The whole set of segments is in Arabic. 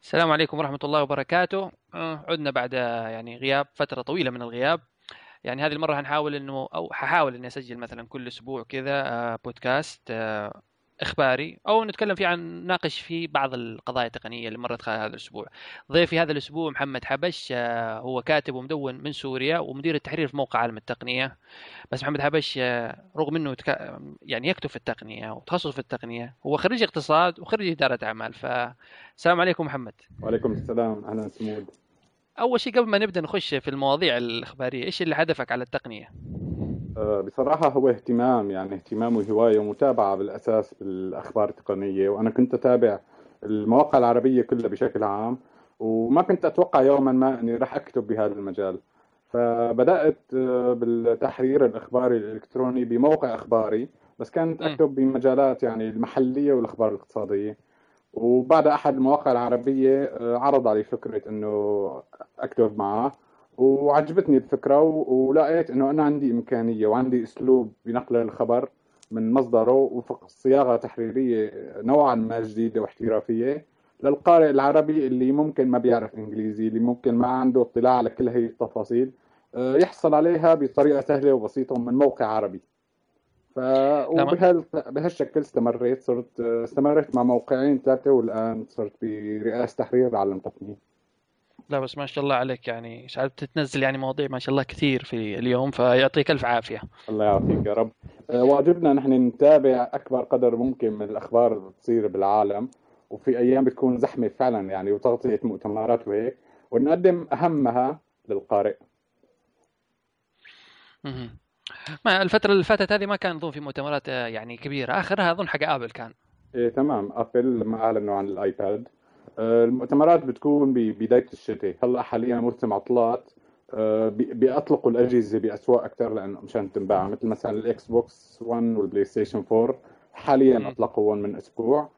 السلام عليكم ورحمة الله وبركاته. عدنا بعد يعني غياب فترة طويلة من الغياب. يعني هذه المرة هنحاول انه او هحاول اني اسجل مثلا كل اسبوع كذا بودكاست اخباري او نتكلم فيه عن ناقش فيه بعض القضايا التقنية اللي مرت خلال هذا الاسبوع. ضيفي هذا الاسبوع محمد حبش، هو كاتب ومدون من سوريا ومدير التحرير في موقع عالم التقنية. بس محمد حبش رغم انه يعني يكتب في التقنية وتخصص في التقنية، هو خريج اقتصاد وخريج إدارة أعمال. فالسلام عليكم محمد. وعليكم السلام، أهلا سمود. اول شيء قبل ما نبدا نخش في المواضيع الاخباريه، ايش اللي هدفك على التقنيه؟ بصراحة هو اهتمام، يعني اهتمام وهواية ومتابعة بالأساس بالأخبار التقنية، وأنا كنت أتابع المواقع العربية كلها بشكل عام، وما كنت أتوقع يوما ما أني راح أكتب بهذا المجال. فبدأت بالتحرير الإخباري الإلكتروني بموقع إخباري، بس كانت امم أكتب بمجالات يعني المحلية والأخبار الاقتصادية. وبعد أحد المواقع العربية عرض علي فكرة إنه أكتب معه، وعجبتني الفكرة، ولقيت إنه أنا عندي إمكانية وعندي أسلوب بنقل الخبر من مصدره وفق صياغة تحريرية نوعا ما جديدة واحترافية للقارئ العربي اللي ممكن ما بيعرف إنجليزي، اللي ممكن ما عنده اطلاع على كل هي التفاصيل، يحصل عليها بطريقة سهلة وبسيطة من موقع عربي. ف لا ما بهالشكل استمرت مع موقعين ثلاثة، والآن صرت برئاسة تحرير عالم تقني. لا بس ما شاء الله عليك، يعني ساعات تتنزل يعني مواضيع ما شاء الله كثير في اليوم، فيعطيك الف عافيه. الله يعافيك يا رب. واجبنا نحن نتابع أكبر قدر ممكن من الأخبار اللي بتصير بالعالم، وفي أيام بتكون زحمة فعلا يعني وتغطية مؤتمرات وهيك، ونقدم أهمها للقارئ. مهم. ما الفتره اللي فاتت هذه ما كان اظن في مؤتمرات يعني كبيره، اخرها اظن حق ابل كان. إيه تمام، أبل لما أعلنوا عن الآيباد. المؤتمرات بتكون ببداية الشتاء، هلا حاليا موسم عطلات. بيطلقوا الأجهزة بأسواق أكثر لأنه مشان تنباع، مثل مثلا الإكس بوكس 1 والبلاي ستيشن 4 حاليا مم. أطلقوا من أسبوع.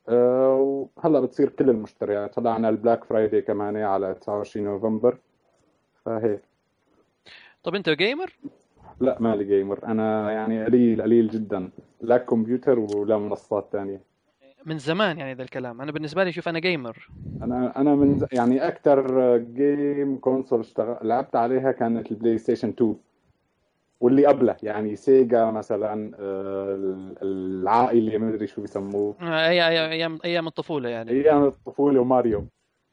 وهلا بتصير كل المشتريات، هلا عنا البلاك فرايداي كمان على 29 نوفمبر، فهيك. طب انت جيمر؟ لا مالي جيمر، أنا يعني قليل قليل جدا، لا كمبيوتر ولا منصات ثانية. من زمان يعني ذا الكلام، انا بالنسبه لي شوف انا جيمر. انا يعني اكثر جيم كونسول لعبت عليها كانت البلاي ستيشن 2، واللي قبله يعني سيجا مثلا، العائلي ما ادري شو بيسموه. ايام الطفوله يعني. ايام الطفوله وماريو.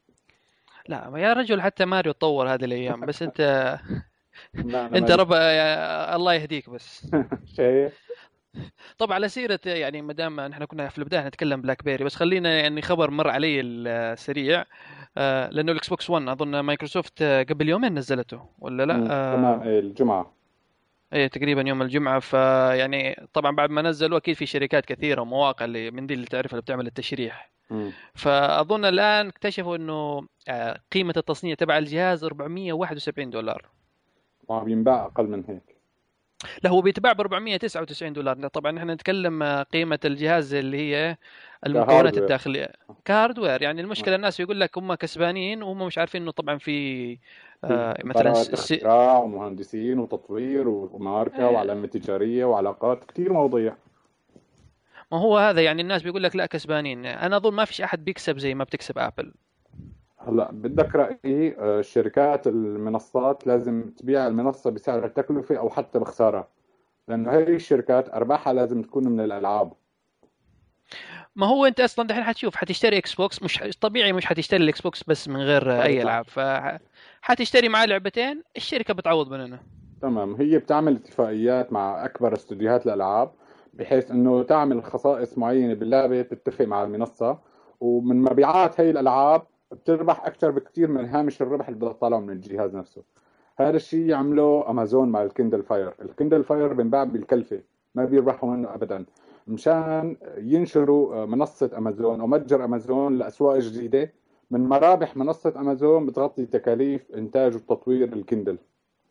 لا يا رجل، حتى ماريو تطور هذه الايام، بس انت لا انا انت مالي رب فيه. الله يهديك بس. شايف. طب على سيرة يعني ما دام نحن كنا في البداية نتكلم بلاك بيري، بس خلينا يعني خبر مر علي السريع. لأنه الإكس بوكس 1 أظن مايكروسوفت قبل يومين نزلته ولا لا؟ تمام، إيه الجمعه. ايه تقريبا يوم الجمعة. فيعني طبعا بعد ما نزلوا أكيد في شركات كثيرة ومواقع اللي من دي اللي تعرفها اللي بتعمل التشريح. امم فأظن الآن اكتشفوا إنه قيمة التصنيع تبع الجهاز $471. ما بينباع اقل من هيك. لا هو بيتباع ب $499. طبعا نحن نتكلم قيمة الجهاز اللي هي المكونات كهاردوير. الداخلية كهاردوير. يعني آه. المشكلة الناس يقول لك هم كسبانين وهم مش عارفين انه طبعا في في مثلا براءة اختراع ومهندسين وتطوير وماركة آه، وعلامة تجارية وعلاقات، كثير مواضيع. ما هو هذا يعني الناس بيقول لك لا كسبانين. انا اظن ما فيش احد بيكسب زي ما بتكسب ابل. هلا بدك رأيي، الشركات المنصات لازم تبيع المنصة بسعر التكلفة أو حتى بخسارة، لأنه هي الشركات أرباحها لازم تكون من الألعاب. ما هو انت اصلا دحين حتشوف حتشتري اكس بوكس، مش طبيعي مش حتشتري الاكس بوكس بس من غير اي طبعا. العاب، حتشتري معاه لعبتين الشركة بتعوض مننا. تمام، هي بتعمل اتفاقيات مع أكبر استوديوهات الألعاب، بحيث إنه تعمل خصائص معينة باللعبة تتفق مع المنصة، ومن مبيعات هي الألعاب بتربح أكثر بكثير من هامش الربح اللي بتطلعه من الجهاز نفسه. هذا الشيء يعمله امازون مع الكندل فاير. الكندل فاير بنباع بالكلفه، ما بيربحوا منه ابدا، مشان ينشروا منصه امازون او متجر امازون لاسواق جديده. من مرابح منصه امازون بتغطي تكاليف انتاج وتطوير الكندل.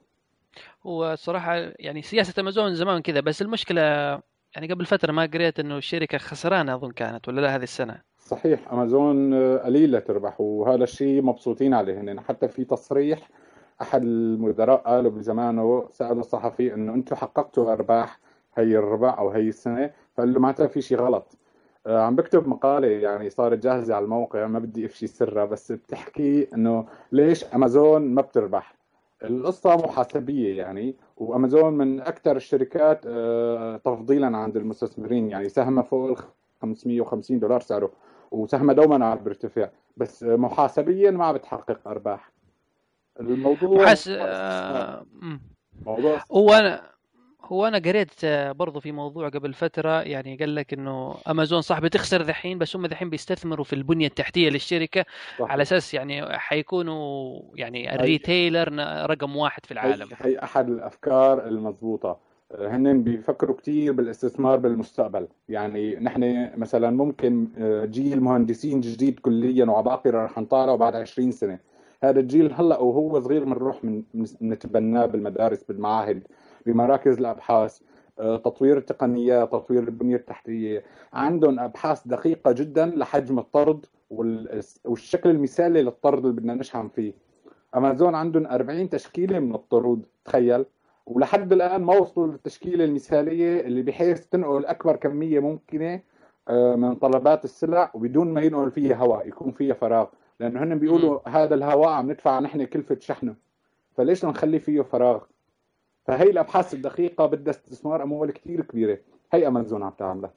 هو الصراحة يعني سياسة امازون زمان كذا، بس المشكلة يعني قبل فترة ما قريت انه الشركة خسرانة اظن كانت ولا لا هذه السنة. صحيح، امازون قليله تربح، وهذا الشيء مبسوطين عليه هن. حتى في تصريح احد المدراء قالوا بزمانه، سالوا الصحفي انه انتم حققتوا ارباح هي الربع او هي السنه، فقال له معناتها في شيء غلط. عم بكتب مقالة يعني صارت جاهزة على الموقع، ما بدي افشي سرها، بس بتحكي انه ليش امازون ما بتربح. القصة محاسبية يعني، وامازون من اكثر الشركات تفضيلا عند المستثمرين، يعني سهمها فوق ال $550 سعره، وسهمها دوما عم بيرتفع، بس محاسبيا ما عم بتحقق ارباح. الموضوع محاس موضوع استثمار. آه، مم. موضوع هو استثمار. انا هو انا قريت برضو في موضوع قبل فتره، يعني قال لك انه امازون صح بتخسر ذحين، بس هم ذحين بيستثمروا في البنيه التحتيه للشركه، على صحيح. اساس يعني حيكونوا يعني هي الريتيلر رقم واحد في هي العالم. هي احد الافكار المضبوطه. هن بيفكروا كثير بالاستثمار بالمستقبل. يعني نحن مثلا ممكن جيل مهندسين جديد كليا وعباقرة رح نطالعه بعد 20 سنه. هذا الجيل هلا وهو صغير بنروح نتبناه بالمدارس بالمعاهد بمراكز الابحاث. تطوير التقنيات، تطوير البنيه التحتيه. عندهم ابحاث دقيقه جدا لحجم الطرد والشكل المثالي للطرد اللي بدنا نشحن فيه. امازون عندهم 40 تشكيله من الطرود، تخيل. ولحد الان ما وصلوا للتشكيله المثاليه اللي بحيث تنقل اكبر كميه ممكنه من طلبات السلع، وبدون ما ينقل فيها هواء، يكون فيها فراغ. لانه هن مم. بيقولوا هذا الهواء عم ندفع نحن كلفه شحنه، فليش نخلي فيه فراغ؟ فهي الابحاث الدقيقه بدها استثمار اموال كثير كبيره. هي امازون عم تعملها.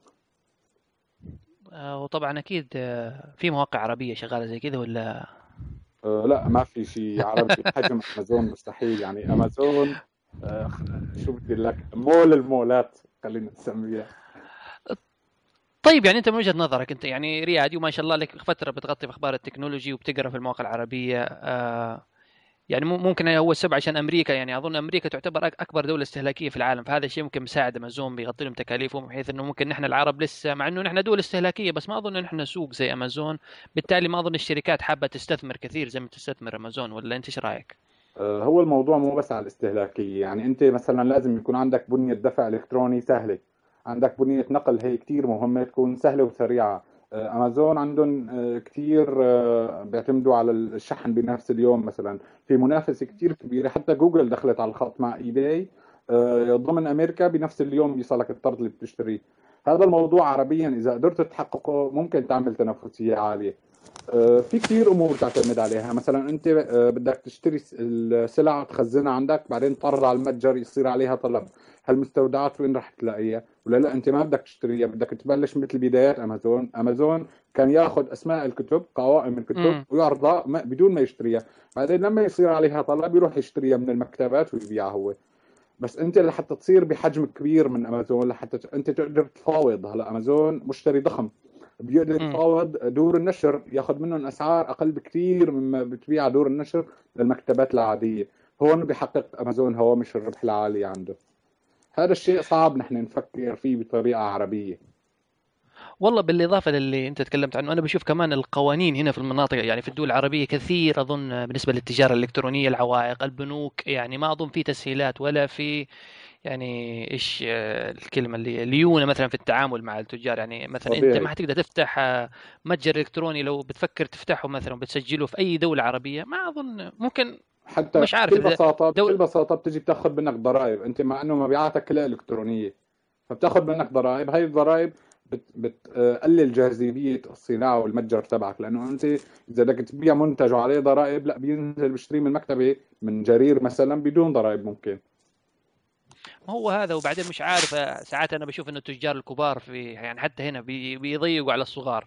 وطبعا اكيد في مواقع عربيه شغاله زي كذا ولا؟ لا، ما في شيء عربي بحجم امازون، مستحيل. يعني امازون آه، شو بدي لك، مول المولات خلينا نسميها. طيب يعني انت من وجهة نظرك انت يعني ريادي وما شاء الله لك فترة بتغطي في اخبار التكنولوجي وبتقرا في المواقع العربية، يعني ممكن هو السبب عشان امريكا، يعني اظن امريكا تعتبر اكبر دولة استهلاكية في العالم، فهذا الشيء ممكن مساعد امازون بيغطي لهم تكاليفهم، بحيث انه ممكن نحن العرب لسه، مع انه نحن دول استهلاكية بس ما اظن ان احنا سوق زي امازون، بالتالي ما اظن الشركات حابة تستثمر كثير زي ما تستثمر امازون، ولا انت ايش رايك؟ هو الموضوع مو بس على الاستهلاكية. يعني أنت مثلا لازم يكون عندك بنية دفع إلكتروني سهلة، عندك بنية نقل هي كتير مهمة تكون سهلة وسريعة. أمازون عندهم كتير بيعتمدوا على الشحن بنفس اليوم. مثلا في منافسة كتير كبيرة، حتى جوجل دخلت على الخط مع إي باي ضمن أمريكا، بنفس اليوم بيوصلك الطرد اللي بتشتريه. هذا الموضوع عربيا إذا قدرت تحققه ممكن تعمل تنافسية عالية. في كثير امور تعتمد عليها. مثلا انت بدك تشتري السلعه تخزنها عندك، بعدين تطرد على المتجر يصير عليها طلب. هالمستودعات وين راح تلاقيها؟ ولا لا انت ما بدك تشتريها، بدك تبلش مثل بدايات امازون. امازون كان ياخذ اسماء الكتب، قوائم الكتب، امم ويعرضها بدون ما يشتريها. بعدين لما يصير عليها طلب يروح يشتريها من المكتبات ويبيعها هو. بس انت لحتى تصير بحجم كبير من امازون، لحتى انت تقدر تفاوض. هلا امازون مشتري ضخم، بيقدر امم يفاوض دور النشر ياخذ منهم اسعار اقل بكثير مما بتبيع دور النشر للمكتبات العاديه. هون بيحقق امازون هوامش الربح العاليه عنده. هذا الشيء صعب نحن نفكر فيه بطريقه عربيه. والله بالإضافة للي أنت تكلمت عنه، أنا بشوف كمان القوانين هنا في المناطق، يعني في الدول العربية كثير أظن بالنسبة للتجارة الإلكترونية، العوائق، البنوك، يعني ما أظن في تسهيلات ولا في، يعني إيش الكلمة اللي ليونة مثلا في التعامل مع التجار. يعني مثلا أنت ما طبيعي. حتقدر تفتح متجر إلكتروني لو بتفكر تفتحه مثلا بتسجله في أي دولة عربية، ما أظن ممكن. حتى مش عارف إذا بكل دول. بساطه بتجي بتاخذ منك ضرائب، انت مع انه مبيعاتك كلها الكترونيه، فبتاخذ منك ضرائب. هاي الضرائب بتقلل جاذبيه الصناعه والمتجر تبعك. لانه انت اذا بدك تبيع منتج وعليه ضرائب، لا بينزل بيشتري من المكتبه من جرير مثلا بدون ضرائب ممكن. ما هو هذا، وبعدين مش عارف ساعات أنا بشوف إنه التجار الكبار في، يعني حتى هنا بيضيقوا على الصغار.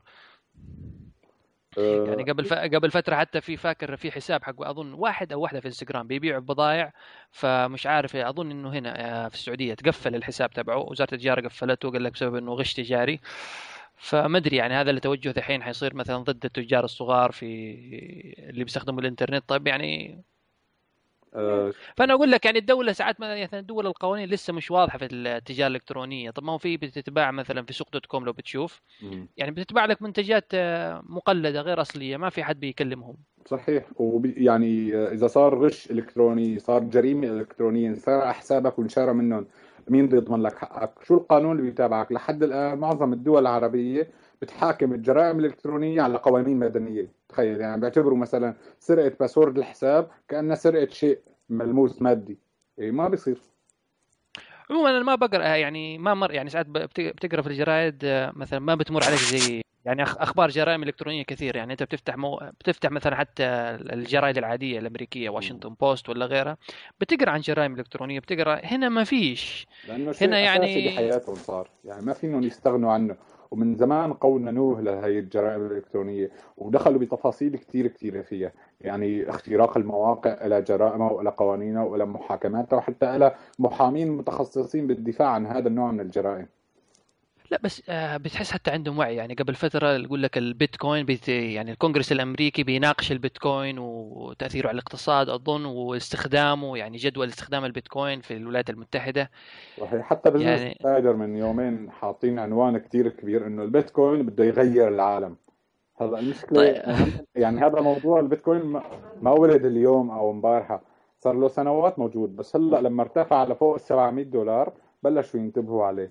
يعني قبل فترة حتى في، فاكر في حساب حق أظن واحد أو واحدة في انستغرام بيبيعوا بضائع، فمش عارف أظن إنه هنا في السعودية تقفل الحساب تبعه، وزارة التجارة قفلته، قال لك بسبب إنه غش تجاري. فما أدري يعني هذا التوجه الحين حيصير مثلا ضد التجار الصغار في اللي بيستخدموا الإنترنت. طيب يعني، آه، فأنا أقول لك يعني الدولة ساعات مثلا الدول القوانين لسه مش واضحة في التجارة الإلكترونية. طب ما هو في بتتباع مثلا في سوق دوت كوم لو بتشوف، مم. يعني بتتباع لك منتجات مقلدة غير أصلية، ما في حد بيكلمهم. صحيح. يعني اذا صار غش الكتروني، صار جريمه الكترونيه، سرق حسابك وانشرى منهم، مين بده يضمن لك حقك؟ شو القانون اللي بيتابعك؟ لحد الان معظم الدول العربيه بتحاكم الجرائم الالكترونيه على قوانين مدنيه. تخيل، يعني بيعتبروا مثلا سرقه باسورد الحساب كانها سرقه شيء ملموس مادي. إيه، ما بيصير. عموما انا ما بقرا يعني ما مر يعني ساعات بتقرا في الجرايد مثلا ما بتمر عليك زي يعني اخبار جرائم الكترونيه كثير. يعني انت بتفتح مثلا حتى الجرايد العاديه الامريكيه مم. واشنطن بوست ولا غيرها، بتقرا عن جرائم الكترونيه، بتقرا. هنا ما فيش. لأنه هنا شيء أساسي يعني بحياتهم صار، يعني ما فيهم يستغنوا عنه. ومن زمان قوننوه لهي الجرائم الإلكترونية، ودخلوا بتفاصيل كتير كتيرة فيها. يعني اختراق المواقع إلى جرائمها وإلى قوانينها وإلى محاكماتها، وحتى إلى محامين متخصصين بالدفاع عن هذا النوع من الجرائم. لا بس بتحس حتى عندهم وعي. يعني قبل فترة يقول لك البيتكوين يعني الكونغرس الأمريكي بيناقش البيتكوين وتأثيره على الاقتصاد أظن، واستخدامه، يعني جدول استخدام البيتكوين في الولايات المتحدة. صحيح، حتى بزنس يعني انسايدر من يومين حاطين عنوان كتير كبير إنه البيتكوين بده يغير العالم. هلا المشكلة طيب إنه يعني هذا موضوع البيتكوين ما ولد اليوم أو امبارحة، صار له سنوات موجود، بس هلا لما ارتفع لفوق ال $700 بلشوا ينتبهوا عليه.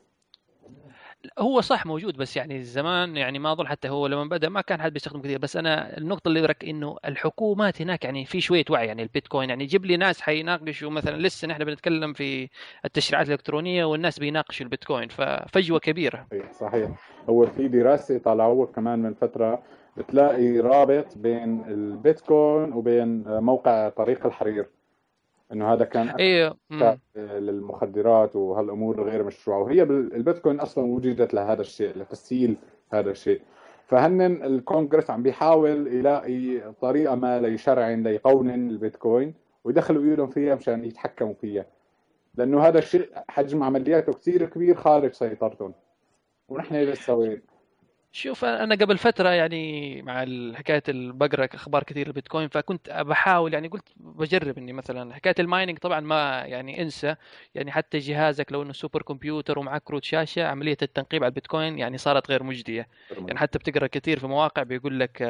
هو صح موجود، بس يعني زمان يعني ما أظن حتى هو لما بدأ ما كان حد بيستخدم كثير. بس أنا النقطة اللي برك إنه الحكومات هناك يعني في شوية وعي. يعني البيتكوين يعني يجيب لي ناس حيناقشوا مثلا، لسه نحن بنتكلم في التشريعات الإلكترونية والناس بيناقشوا البيتكوين، ففجوة كبيرة. صحيح صحيح. هو في دراسة طلعوها كمان من فترة، بتلاقي رابط بين البيتكوين وبين موقع طريق الحرير، إنه هذا كان ايه أكثر للمخدرات وهالأمور الغير مشروعة، وهي البيتكوين أصلا وجدت لهذا الشيء، لتسهيل هذا الشيء. فهن الكونغرس عم بيحاول يلاقي طريقة ما ليشرعن ليقونن البيتكوين ويدخلوا ايدهم فيها مشان يتحكموا فيها، لأنه هذا الشيء حجم عملياته كثير كبير خارج سيطرتهم، ونحن لسه وين. شوف انا قبل فتره يعني مع حكايه بقرا اخبار كثير البيتكوين، فكنت بحاول يعني قلت بجرب اني مثلا حكايه المايننج طبعا ما يعني انسى. يعني حتى جهازك لو انه سوبر كمبيوتر ومعك كروت شاشه، عمليه التنقيب على البيتكوين يعني صارت غير مجديه. يعني حتى بتقرا كثير في مواقع بيقول لك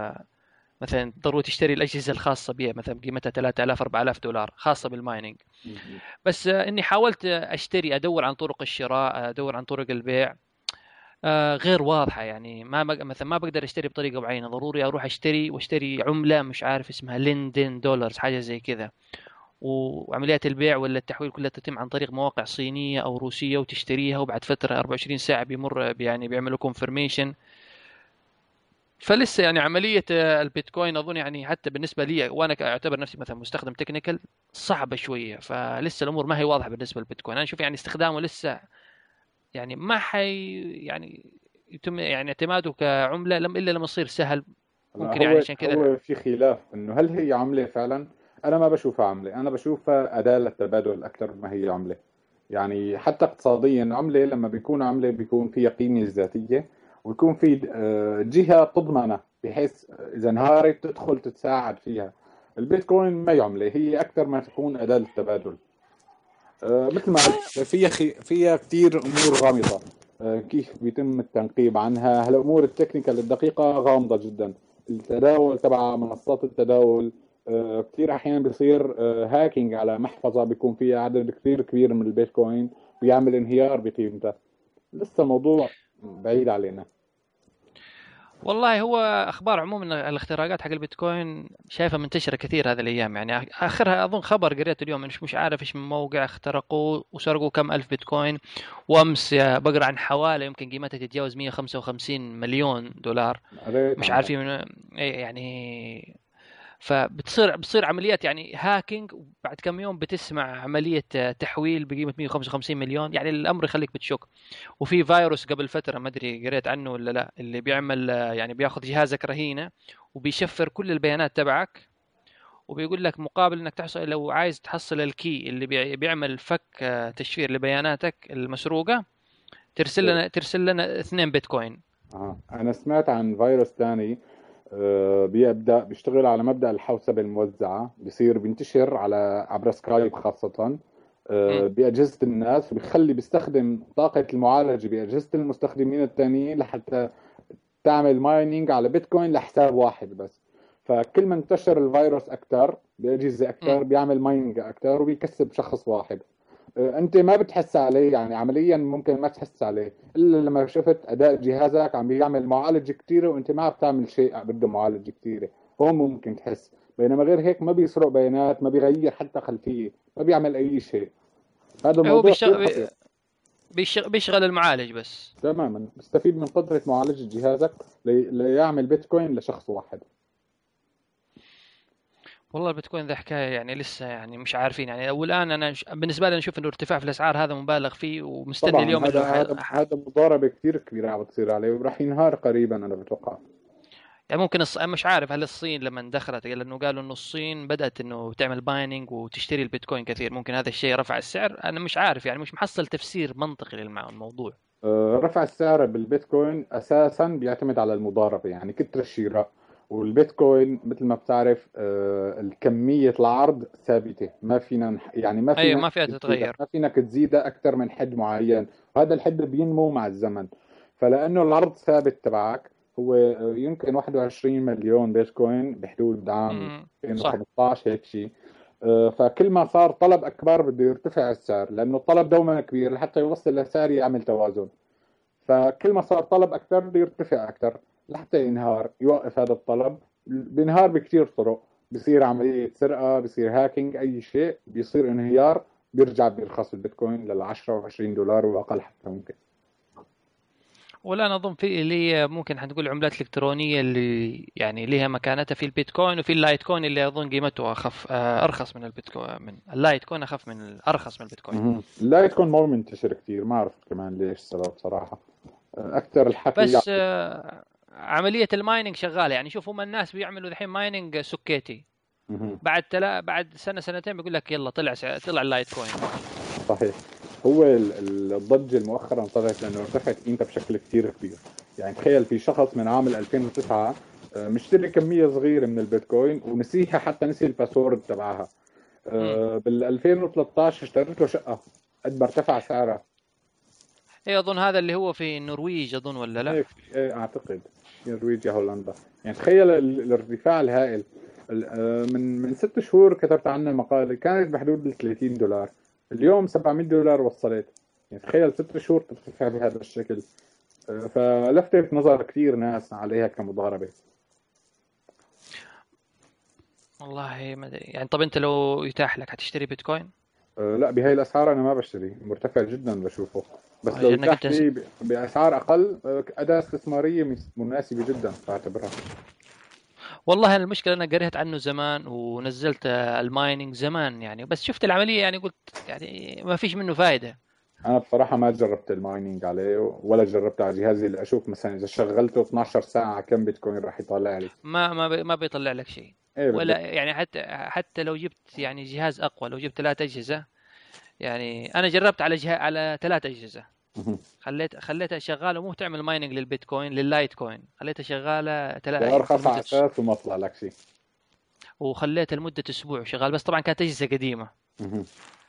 مثلا ضروري تشتري الاجهزه الخاصه بها مثلا قيمتها 3000 $4000 خاصه بالمايننج. بس اني حاولت اشتري، ادور عن طرق الشراء، ادور عن طرق البيع، غير واضحة. يعني مثلا ما بقدر اشتري بطريقة معينة، ضروري اروح واشتري عملة مش عارف اسمها لندن دولارز حاجة زي كذا. وعمليات البيع ولا التحويل كلها تتم عن طريق مواقع صينية او روسية، وتشتريها وبعد فترة 24 ساعة يعني بيعملوا كونفirmation. فلسه يعني عملية البيتكوين اظن يعني حتى بالنسبة لي، وانا اعتبر نفسي مثلا مستخدم تكنيكال، صعبة شوية. فلسه الامور ما هي واضحة بالنسبة للبيتكوين. انا اشوف يعني استخدامه لسه يعني ما يعني يتم يعني اعتماده كعملة الا لما يصير سهل. هلا ممكن يعني هو عشان كذا. هو في خلاف انه هل هي عملة فعلا. انا ما بشوفها عملة، انا بشوفها أداة للتبادل اكثر ما هي عملة. يعني حتى اقتصاديا عملة لما بيكون عملة بيكون فيها قيمة ذاتية، ويكون في جهة تضمنها بحيث اذا انهارت تدخل تتساعد فيها. البيتكوين ما هي عملة، هي اكثر ما تكون أداة للتبادل. مثل ما قلت فيها كثير امور غامضه. كيف بيتم التنقيب عنها، هالامور التكنيكال الدقيقه غامضه جدا. التداول تبع منصات التداول، كثير احيانا بيصير هاكينج على محفظه بيكون فيها عدد كثير كبير من البيتكوين، بيعمل انهيار بقيمتها. لسه الموضوع بعيد علينا. والله هو اخبار عموما الاختراقات حق البيتكوين شايفها منتشره كثير هذه الايام. يعني اخرها اظن خبر قريته اليوم، مش عارف ايش من موقع، اخترقوا وسرقوا كم الف بيتكوين. وامس بقرا عن حواله يمكن قيمتها تتجاوز 155 مليون دولار. قريت مش عنها. عارفين يعني. بتصير عمليات يعني هاكينج، وبعد كم يوم بتسمع عملية تحويل بقيمة 155 مليون. يعني الأمر يخليك بتشك. وفي فيروس قبل فترة ما أدري قريت عنه ولا لا، اللي بيعمل يعني بياخذ جهازك رهينة وبيشفر كل البيانات تبعك، وبيقول لك مقابل انك تحصل، لو عايز تحصل الكي اللي بيعمل فك تشفير لبياناتك المسروقة، ترسل لنا 2 بيتكوين. انا سمعت عن فيروس ثاني، بيبدأ بيشتغل على مبدأ الحوسبة الموزعة، بيصير بينتشر على عبر سكايب خاصة، م. بأجهزة الناس، وبيخلي بيستخدم طاقة المعالجة بأجهزة المستخدمين التانيين لحتى تعمل مايننج على بيتكوين لحساب واحد بس. فكل ما انتشر الفيروس أكثر بأجهزة م. أكثر بيعمل مايننج أكثر وبيكسب شخص واحد. انت ما بتحس عليه، يعني عمليا ممكن ما تحس عليه الا لما شفت اداء جهازك عم بيعمل معالجة كتيرة وانت ما بتعمل شيء بده معالجة كتيرة. هون ممكن تحس، بينما غير هيك ما بيسرق بيانات، ما بيغير حتى خلفية، ما بيعمل اي شيء. هذا هو الموضوع كثير خطير. بيشغل المعالج بس. تماما، بيستفيد من قدرة معالجة جهازك ليعمل بيتكوين لشخص واحد. والله البيتكوين ذا حكاية يعني لسه يعني مش عارفين يعني، والآن أنا بالنسبة لي أشوف إنه ارتفاع في الأسعار هذا مبالغ فيه، ومستني طبعا اليوم هذا إنه هذا مضاربة كثير كبيرة عم بتصير عليه، وراح ينهار قريبا انا بتوقع. يعني ممكن مش عارف هل الصين لما دخلت، لأنه قالوا إنه الصين بدأت إنه تعمل بايننج وتشتري البيتكوين كثير، ممكن هذا الشيء رفع السعر. أنا مش عارف يعني، مش محصل تفسير منطقي للموضوع. رفع السعر بالبيتكوين اساسا بيعتمد على المضاربة، يعني كتر الشراء. والبيتكوين مثل ما بتعرف الكمية العرض ثابتة، ما فينا يعني ما أيوة، فينا ما فيها تزيدها، تتغير. ما فينك تزيدها اكثر من حد معين، وهذا الحد بينمو مع الزمن. فلانه العرض ثابت تبعك، هو يمكن 21 مليون بيتكوين بحدود عام صح. 2015 هيك شيء. فكل ما صار طلب اكبر بده يرتفع السعر، لانه الطلب دوما كبير لحتى يوصل لسعر يعمل توازن. فكل ما صار طلب اكثر بده يرتفع اكثر لحتى ينهار، يوقف هذا الطلب. بينهار بكثير طرق، بصير عملية سرقة، بصير هاكينج، أي شيء بيصير انهيار، بيرجع بيرخص البيتكوين لل 10 و20 دولار وأقل حتى ممكن. ولا أنا أظن في اللي هي ممكن حنقول العملات الإلكترونية اللي يعني لها مكانتها في البيتكوين، وفي اللايت كوين اللي أظن قيمته أخف، أرخص من البيتكوين. من اللايت كوين أخف من أرخص من البيتكوين. لا تكون مو منتشر كثير، ما أعرف كمان ليش السبب صراحة. أكثر الحكي بس يعني. عملية المايننج شغالة يعني. شوف هم الناس بيعملوا الحين مايننج سكيتي، مهم. بعد سنة سنتين بيقول لك يلا طلع اللايت كوين. صحيح. هو الضجة مؤخرا طلعت لأنه ارتفعت قيمتها بشكل كثير كبير. يعني تخيل في شخص من عام 2009 مشتري كمية صغيرة من البيتكوين ونسيها، حتى نسي الباسورد تبعها. امم بال 2013 اشتريت له شقة قد ما ارتفع سعرها. ايه، اظن هذا اللي هو في النرويج اظن، ولا لا؟ هيك اعتقد نرويج هولندا. يعني تخيل الارتفاع الهائل. من 6 شهور كتبت عنها مقالة كانت بحدود ال 30 دولار، اليوم 700 دولار وصلت. يعني تخيل 6 شهور ترتفع بهذا الشكل. فلفتت نظر كثير ناس عليها كمضاربة. والله ما أدري يعني. طب انت لو يتاح لك هتشتري بيتكوين؟ لا، بهاي الأسعار أنا ما بشتري، مرتفع جدا بشوفه. بس لو لانك يتاح انت لي بأسعار أقل، أداة استثمارية مناسبة جدا بعتبرها. والله أنا المشكلة انا قريت عنه زمان ونزلت المايننج زمان يعني، بس شفت العملية يعني قلت يعني ما فيش منه فايدة. انا بصراحه ما جربت المايننج عليه، ولا جربت على جهازي اللي اشوف مثلا اذا شغلته 12 ساعه كم بيتكوين راح يطلع لي. ما بيطلع لك شيء. ايه ولا بالضبط. يعني حتى لو جبت يعني جهاز اقوى، لو جبت 3 اجهزة. يعني انا جربت على على 3 اجهزة. مهم. خليتها شغاله، مو تعمل مايننج للبيتكوين، لللايت كوين، خليتها شغاله وارخص على لمده اساس وما طلع لك شيء. وخليتها لمده اسبوع شغال، بس طبعا كانت اجهزه قديمه. مهم.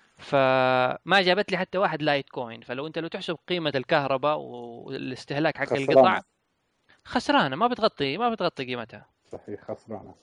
فما جابت لي حتى واحد لايت كوين. فلو انت لو تحسب قيمه الكهرباء والاستهلاك حق خسرانه. القطع، خسرانه، ما بتغطي قيمتها. صحيح خسرانه.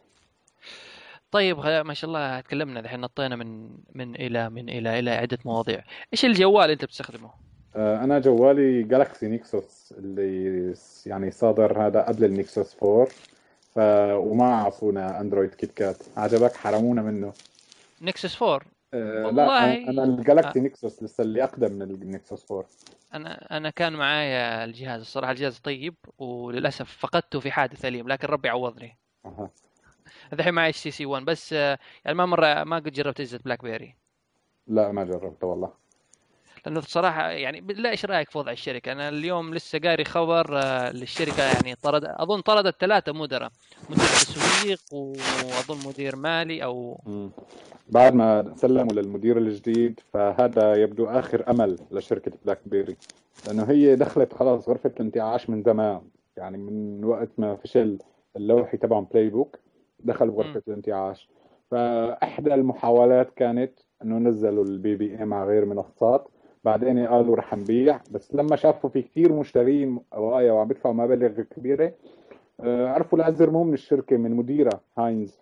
طيب ما شاء الله تكلمنا الحين، نطينا من الى عده مواضيع. ايش الجوال اللي انت بتستخدمه؟ انا جوالي جالكسي نيكسوس، اللي يعني صادر هذا قبل النيكسوس 4. ف وما عصونا اندرويد كيت كات، عجبك حرمونا منه. نكسس 4. لا، والله أنا آه، الجالكسي نيكسوس لسه اللي اقدم من النيكسوس 4. انا كان معايا الجهاز الصراحه، الجهاز طيب، وللاسف فقدته في حادث اليم، لكن ربي عوضني. أها. الحين معي اتش تي سي 1 بس. يعني ما قد جربت اجهزه بلاك بيري. لا ما جربته والله. لانه الصراحه يعني لا، ايش رايك في وضع الشركه؟ انا اليوم لسه قاري خبر للشركه، يعني اظن طردت 3 مدراء: مدير تسويق، واظن مدير مالي او مم. بعد ما سلموا للمدير الجديد، فهذا يبدو آخر أمل لشركة بلاك بيري، لأنه هي دخلت خلاص غرفة الانتعاش من زمان. يعني من وقت ما فشل اللوحي تبع بلاي بوك دخل مم. بغرفة الانتعاش. فإحدى المحاولات كانت إنه نزلوا البي بي إم على غير منصات، بعدين قالوا رح نبيع، بس لما شافوا في كثير مشترين أوعية وعم بيدفعوا مبالغ كبيرة، عرفوا لا يزرموه من الشركة، من مديرها هاينز.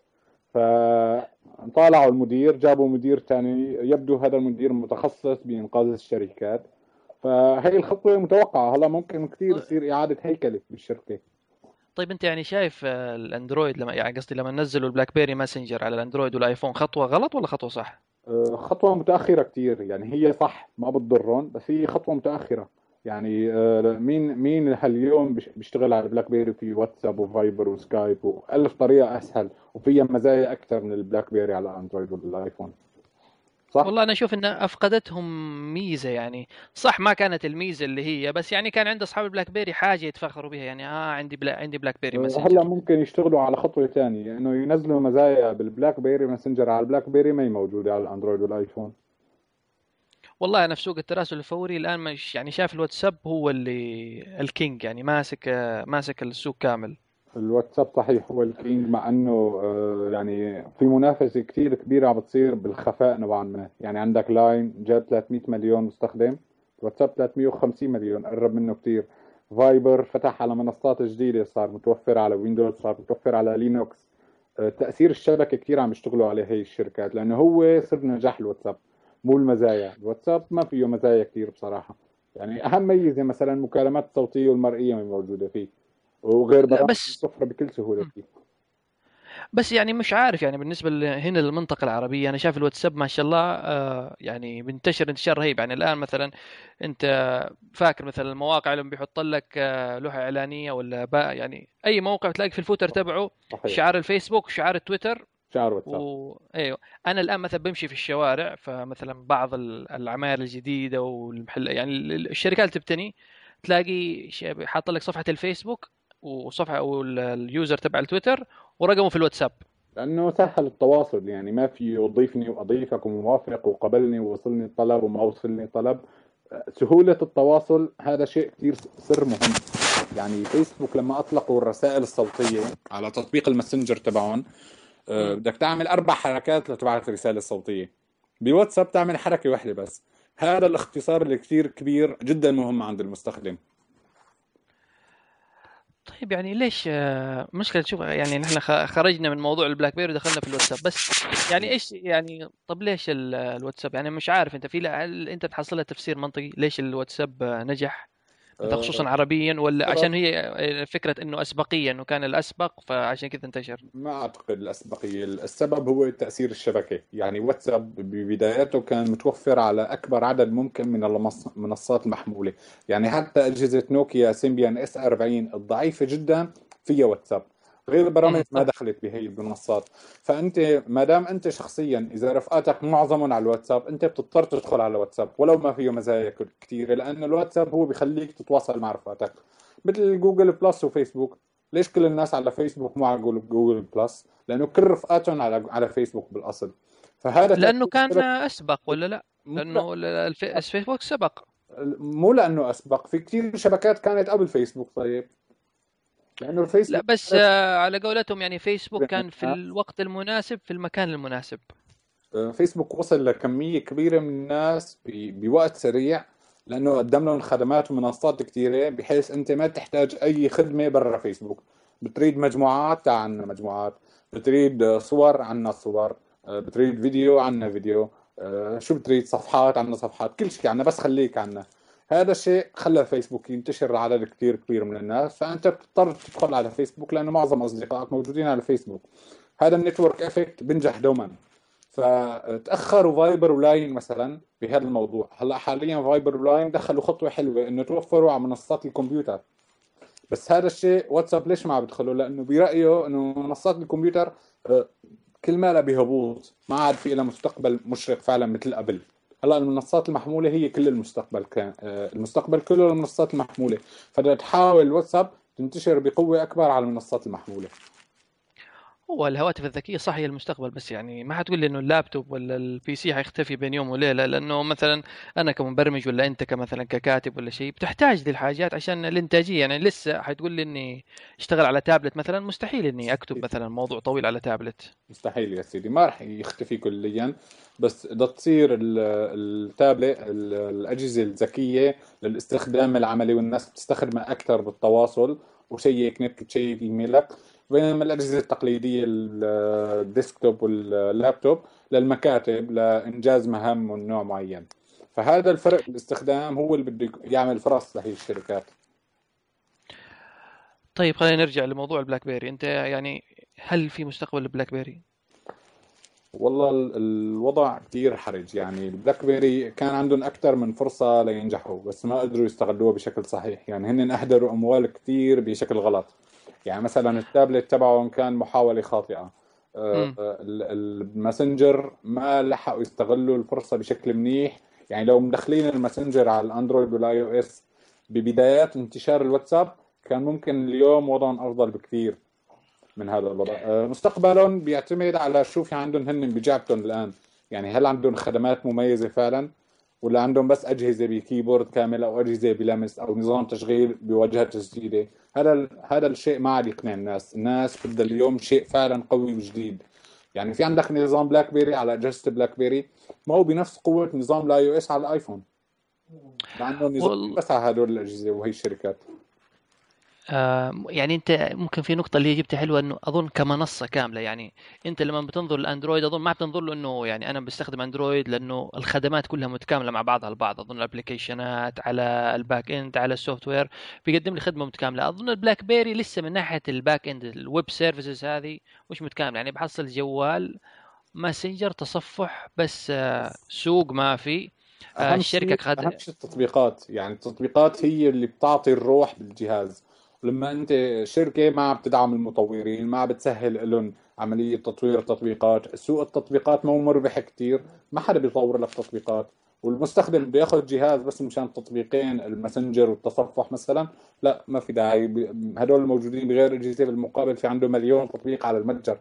فطالعوا المدير، جابوا مدير ثاني، يبدو هذا المدير متخصص بإنقاذ الشركات. فهي الخطوة متوقعة، هلا ممكن كثير يصير إعادة هيكلة بالشركة. طيب انت يعني شايف الاندرويد، لما يعني قصدي لما نزلوا البلاك بيري ماسنجر على الاندرويد والايفون، خطوه غلط ولا خطوه صح؟ خطوة متأخرة كتير، يعني هي صح ما بتضرهم، بس هي خطوة متأخرة. يعني مين هاليوم بيشتغل على بلاك بيري في واتساب وفايبر وسكايب وألف طريقة أسهل وفيها مزايا أكثر من البلاك بيري على أندرويد والآيفون، صح؟ والله انا اشوف ان افقدتهم ميزه يعني. صح ما كانت الميزه اللي هي، بس يعني كان عند اصحاب البلاك بيري حاجه يتفخروا بها، يعني عندي بلاك بيري هلا ماسنجر. ممكن يشتغلوا على خطوة ثانية، إنه ينزلوا مزايا بالبلاك بيري ماسنجر على البلاك بيري ما هي موجودة على الأندرويد والآيفون. والله انا في سوق التراسل الفوري الان مش يعني شايف الواتساب هو اللي الكينج، يعني ماسك السوق كامل. الواتساب صحيح هو الكينج، مع انه يعني في منافسة كثير كبيرة عم بتصير بالخفاء نوعا ما. يعني عندك لاين جاب 300 مليون مستخدم، الواتساب 350 مليون، قرب منه كثير. فايبر فتح على منصات جديدة، صار متوفر على ويندوز، صار متوفر على لينوكس. تأثير الشبكة كثير عم يشتغلوا عليه هي الشركات، لأنه هو سر نجاح الواتساب مو المزايا. الواتساب ما فيه مزايا كثير بصراحة. يعني أهم ميزة مثلا المكالمات الصوتية والمرئية موجودة فيه، وغير لا برامج بس الصفرة بكل سهولة فيه. بس يعني مش عارف، يعني بالنسبة هنا للمنطقة العربية أنا شايف الواتساب ما شاء الله يعني بينتشر انتشار رهيب. يعني الآن مثلا أنت فاكر مثلا المواقع اللي بيحط لك لوحة إعلانية ولا يعني أي موقع تلاقي في الفوتر تبعه صحيح. شعار الفيسبوك وشعار التويتر. شعر واتساب. ايوه، انا الان مثلا بمشي في الشوارع، فمثلا بعض العماير الجديده والمحل يعني الشركات اللي تبتني تلاقي حاط لك صفحه الفيسبوك وصفحه او اليوزر تبع التويتر ورقمه في الواتساب. لأنه سهل التواصل، يعني ما في وظيفني وأضيفك وموافق وقبلني ووصلني الطلب وما وصلني طلب. سهولة التواصل هذا شيء كثير سر مهم. يعني فيسبوك لما أطلقوا الرسائل الصوتية على تطبيق الماسنجر تبعهم، مم. بدك تعمل 4 حركات لتبعث رسالة صوتية. بواتساب تعمل حركة واحدة بس. هذا الاختصار اللي كثير كبير جدا مهم عند المستخدم. طيب يعني ليش مشكلة؟ شوف يعني نحن خرجنا من موضوع البلاك بيري ودخلنا في الواتساب بس. يعني ايش يعني، طب ليش الواتساب؟ يعني مش عارف انت هل انت تحصلها تفسير منطقي ليش الواتساب نجح مثلا آه، خصوصا عربيا، ولا عشان سبب. هي فكرة انه اسبقية انه كان الاسبق فعشان كذا انتشر؟ ما أعتقد الأسبقية، السبب هو تأثير الشبكة. يعني واتساب ببدايته كان متوفر على أكبر عدد ممكن من المنصات المحمولة. يعني حتى أجهزة نوكيا سيمبيان اس 40 الضعيفة جدا فيها واتساب، غير البرامج ما صح. دخلت بهي المنصات. فأنت ما دام أنت شخصيا إذا رفقاتك معظمهم على الواتساب، أنت بتضطر تدخل على الواتساب ولو ما فيه مزايا كثيرة، لأن الواتساب هو بيخليك تتواصل مع رفقاتك مثل جوجل بلس وفيسبوك. ليش كل الناس على فيسبوك مو على جوجل بلس؟ لانه كل رفقاتهم على فيسبوك بالاصل. فهذا لانه تاثير كان الشبكه. اسبق ولا لا؟ مو لا لانه الفيسبوك سبق. مو لانه اسبق، في كثير شبكات كانت قبل فيسبوك. طيب لانه لا الفيسبوك بس عرف على قولتهم يعني فيسبوك بين كان في الناس. الوقت المناسب في المكان المناسب. فيسبوك وصل لكميه كبيره من الناس بوقت سريع، لانه قدم لهم خدمات ومنصات كثيره بحيث انت ما تحتاج اي خدمه برا فيسبوك. بتريد مجموعات عنا مجموعات، بتريد صور عنا صور، بتريد فيديو عنا فيديو، شو بتريد صفحات عنا صفحات، كل شيء عنا بس خليك عنا. هذا الشيء خلى فيسبوك ينتشر لعدد كثير كبير من الناس، فانت بتضطر تدخل على فيسبوك لانه معظم اصدقائك موجودين على فيسبوك. هذا النتورك افكت بنجح دوما. فتاخروا فايبر ولاين مثلا بهذا الموضوع. هلا حاليا فايبر ولاين دخلوا خطوه حلوه انه توفروا على منصات الكمبيوتر. بس هذا الشيء واتساب ليش ما عم بدخله؟ لانه برايه انه منصات الكمبيوتر آه، كل مالها بهبوط، ما عاد في لها مستقبل مشرق فعلا مثل قبل. هلا المنصات المحموله هي كل المستقبل، كان المستقبل كله المنصات المحموله. فبدها تحاول واتساب تنتشر بقوه اكبر على المنصات المحموله. هو الهواتف الذكية صح هي المستقبل، بس يعني ما حتقول لي انه اللابتوب ولا البي سي حيختفي بين يوم وليلة. لانه مثلا انا كمبرمج ولا انت كمثلا ككاتب ولا شيء بتحتاج دي الحاجات عشان الانتاجية. يعني لسه حتقول لي اني اشتغل على تابلت مثلا، مستحيل اني اكتب مثلا موضوع طويل على تابلت. مستحيل يا سيدي، ما راح يختفي كليا. بس بدها تصير التابلت الأجهزة الذكية للاستخدام العملي، والناس بتستخدمها أكثر بالتواصل وشيك نت تشيك إيميلك. بينما الأجهزة التقليدية الديسكتوب واللابتوب للمكاتب لإنجاز مهام من نوع معين. فهذا الفرق بالاستخدام هو اللي بده يعمل فرص لهي الشركات. طيب خلينا نرجع لموضوع البلاك بيري. انت يعني هل في مستقبل للبلاك بيري؟ والله الوضع كتير حرج. يعني البلاك بيري كان عندهم أكثر من فرصة لينجحوا، بس ما قدروا يستغلوها بشكل صحيح. يعني هن أهدروا أموال كتير بشكل غلط. يعني مثلا التابلت تبعهم كان محاولة خاطئة. امم الماسنجر ما لحقوا يستغلوا الفرصة بشكل منيح. يعني لو مدخلين الماسنجر على الأندرويد والاي او اس ببدايات انتشار الواتساب، كان ممكن اليوم وضعهم أفضل بكثير من هذا الوضع. مستقبلا بيعتمد على شو في عندهم هن بجعبتهم الآن. يعني هل عندهم خدمات مميزة فعلا، ولا عندهم بس أجهزة بكيبورد كامل أو أجهزة بلمس أو نظام تشغيل بواجهة جديدة. هذا الشيء ما عاد يقنع الناس. الناس بدها اليوم شيء فعلا قوي وجديد. يعني في عندك نظام بلاك بيري على أجهزة بلاك بيري ما هو بنفس قوة نظام الاي او اس على الايفون، مع انه نظام وال... بس على هدول الاجهزة وهي الشركات. يعني انت ممكن في نقطة اللي هي جبتها حلوة، انه اظن كمنصة كاملة. يعني انت لما بتنظر الاندرويد اظن ما بتنظر له انه يعني انا بستخدم اندرويد لانه الخدمات كلها متكاملة مع بعضها البعض. اظن الابلكيشنات على الباك اند على السوفت وير بيقدم لي خدمة متكاملة. اظن البلاك بيري لسه من ناحية الباك اند الويب سيرفيسز هذه مش متكاملة. يعني بحصل جوال ماسنجر تصفح بس، سوق ما في. الشركة اهم شيء التطبيقات. يعني التطبيقات هي اللي بتعطي الروح بالجهاز. ولما انت شركة ما عم تدعم المطورين، ما عم بتسهل لهم عملية تطوير التطبيقات، سوق التطبيقات مو مربح كتير، ما حدا بيطور لك تطبيقات. والمستخدم بده ياخذ جهاز بس مشان تطبيقين الماسنجر والتصفح مثلا، لا ما في داعي. هدول الموجودين بغير اجهزه بالمقابل في عنده مليون تطبيق على المتجر.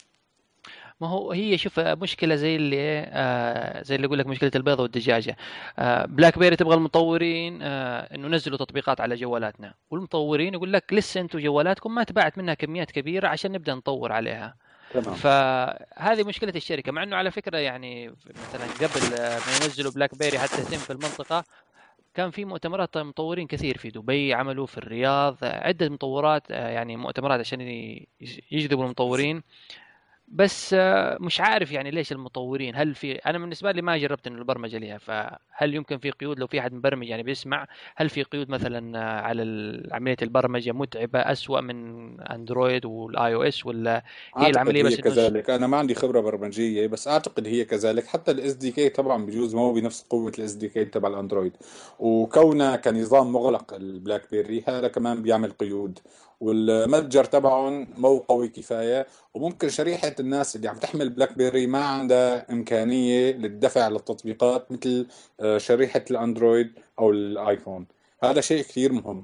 ما هو هي شوف، مشكلة زي اللي زي اللي يقول لك مشكلة البيضة والدجاجة. بلاك بيري تبغى المطورين انه نزلوا تطبيقات على جوالاتنا، والمطورين يقول لك لسه انتم جوالاتكم ما تباعت منها كميات كبيرة عشان نبدأ نطور عليها. تمام. فهذه مشكلة الشركة. مع انه على فكرة يعني مثلا قبل ما ينزلوا بلاك بيري حتى يتم في المنطقة، كان في مؤتمرات مطورين كثير في دبي، عملوا في الرياض عدة مطورات، يعني مؤتمرات عشان يجذبوا المطورين. بس مش عارف يعني ليش المطورين، هل في، انا بالنسبه لي ما جربت انه البرمجه ليها، فهل يمكن في قيود لو في احد مبرمج يعني بيسمع؟ هل في قيود مثلا على عمليه البرمجه متعبه اسوأ من اندرويد والاي او اس، ولا هي اعتقد العمليه هي بس انه كذلك. انا ما عندي خبره برمجيه، بس اعتقد هي كذلك. حتى الاس دي كي طبعا بجوز ما هو بنفس قوه الاس دي كي تبع الاندرويد. وكونه كنظام مغلق البلاك بيري هذا كمان بيعمل قيود. والمتجر تبعهم مو قوي كفايه. وممكن شريحه الناس اللي عم تحمل بلاك بيري ما عندها امكانيه للدفع للتطبيقات مثل شريحه الاندرويد او الايفون. هذا شيء كثير مهم.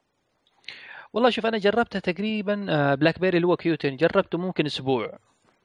والله شوف انا جربتها تقريبا، بلاك بيري اللي هو كيوتن جربته ممكن اسبوع.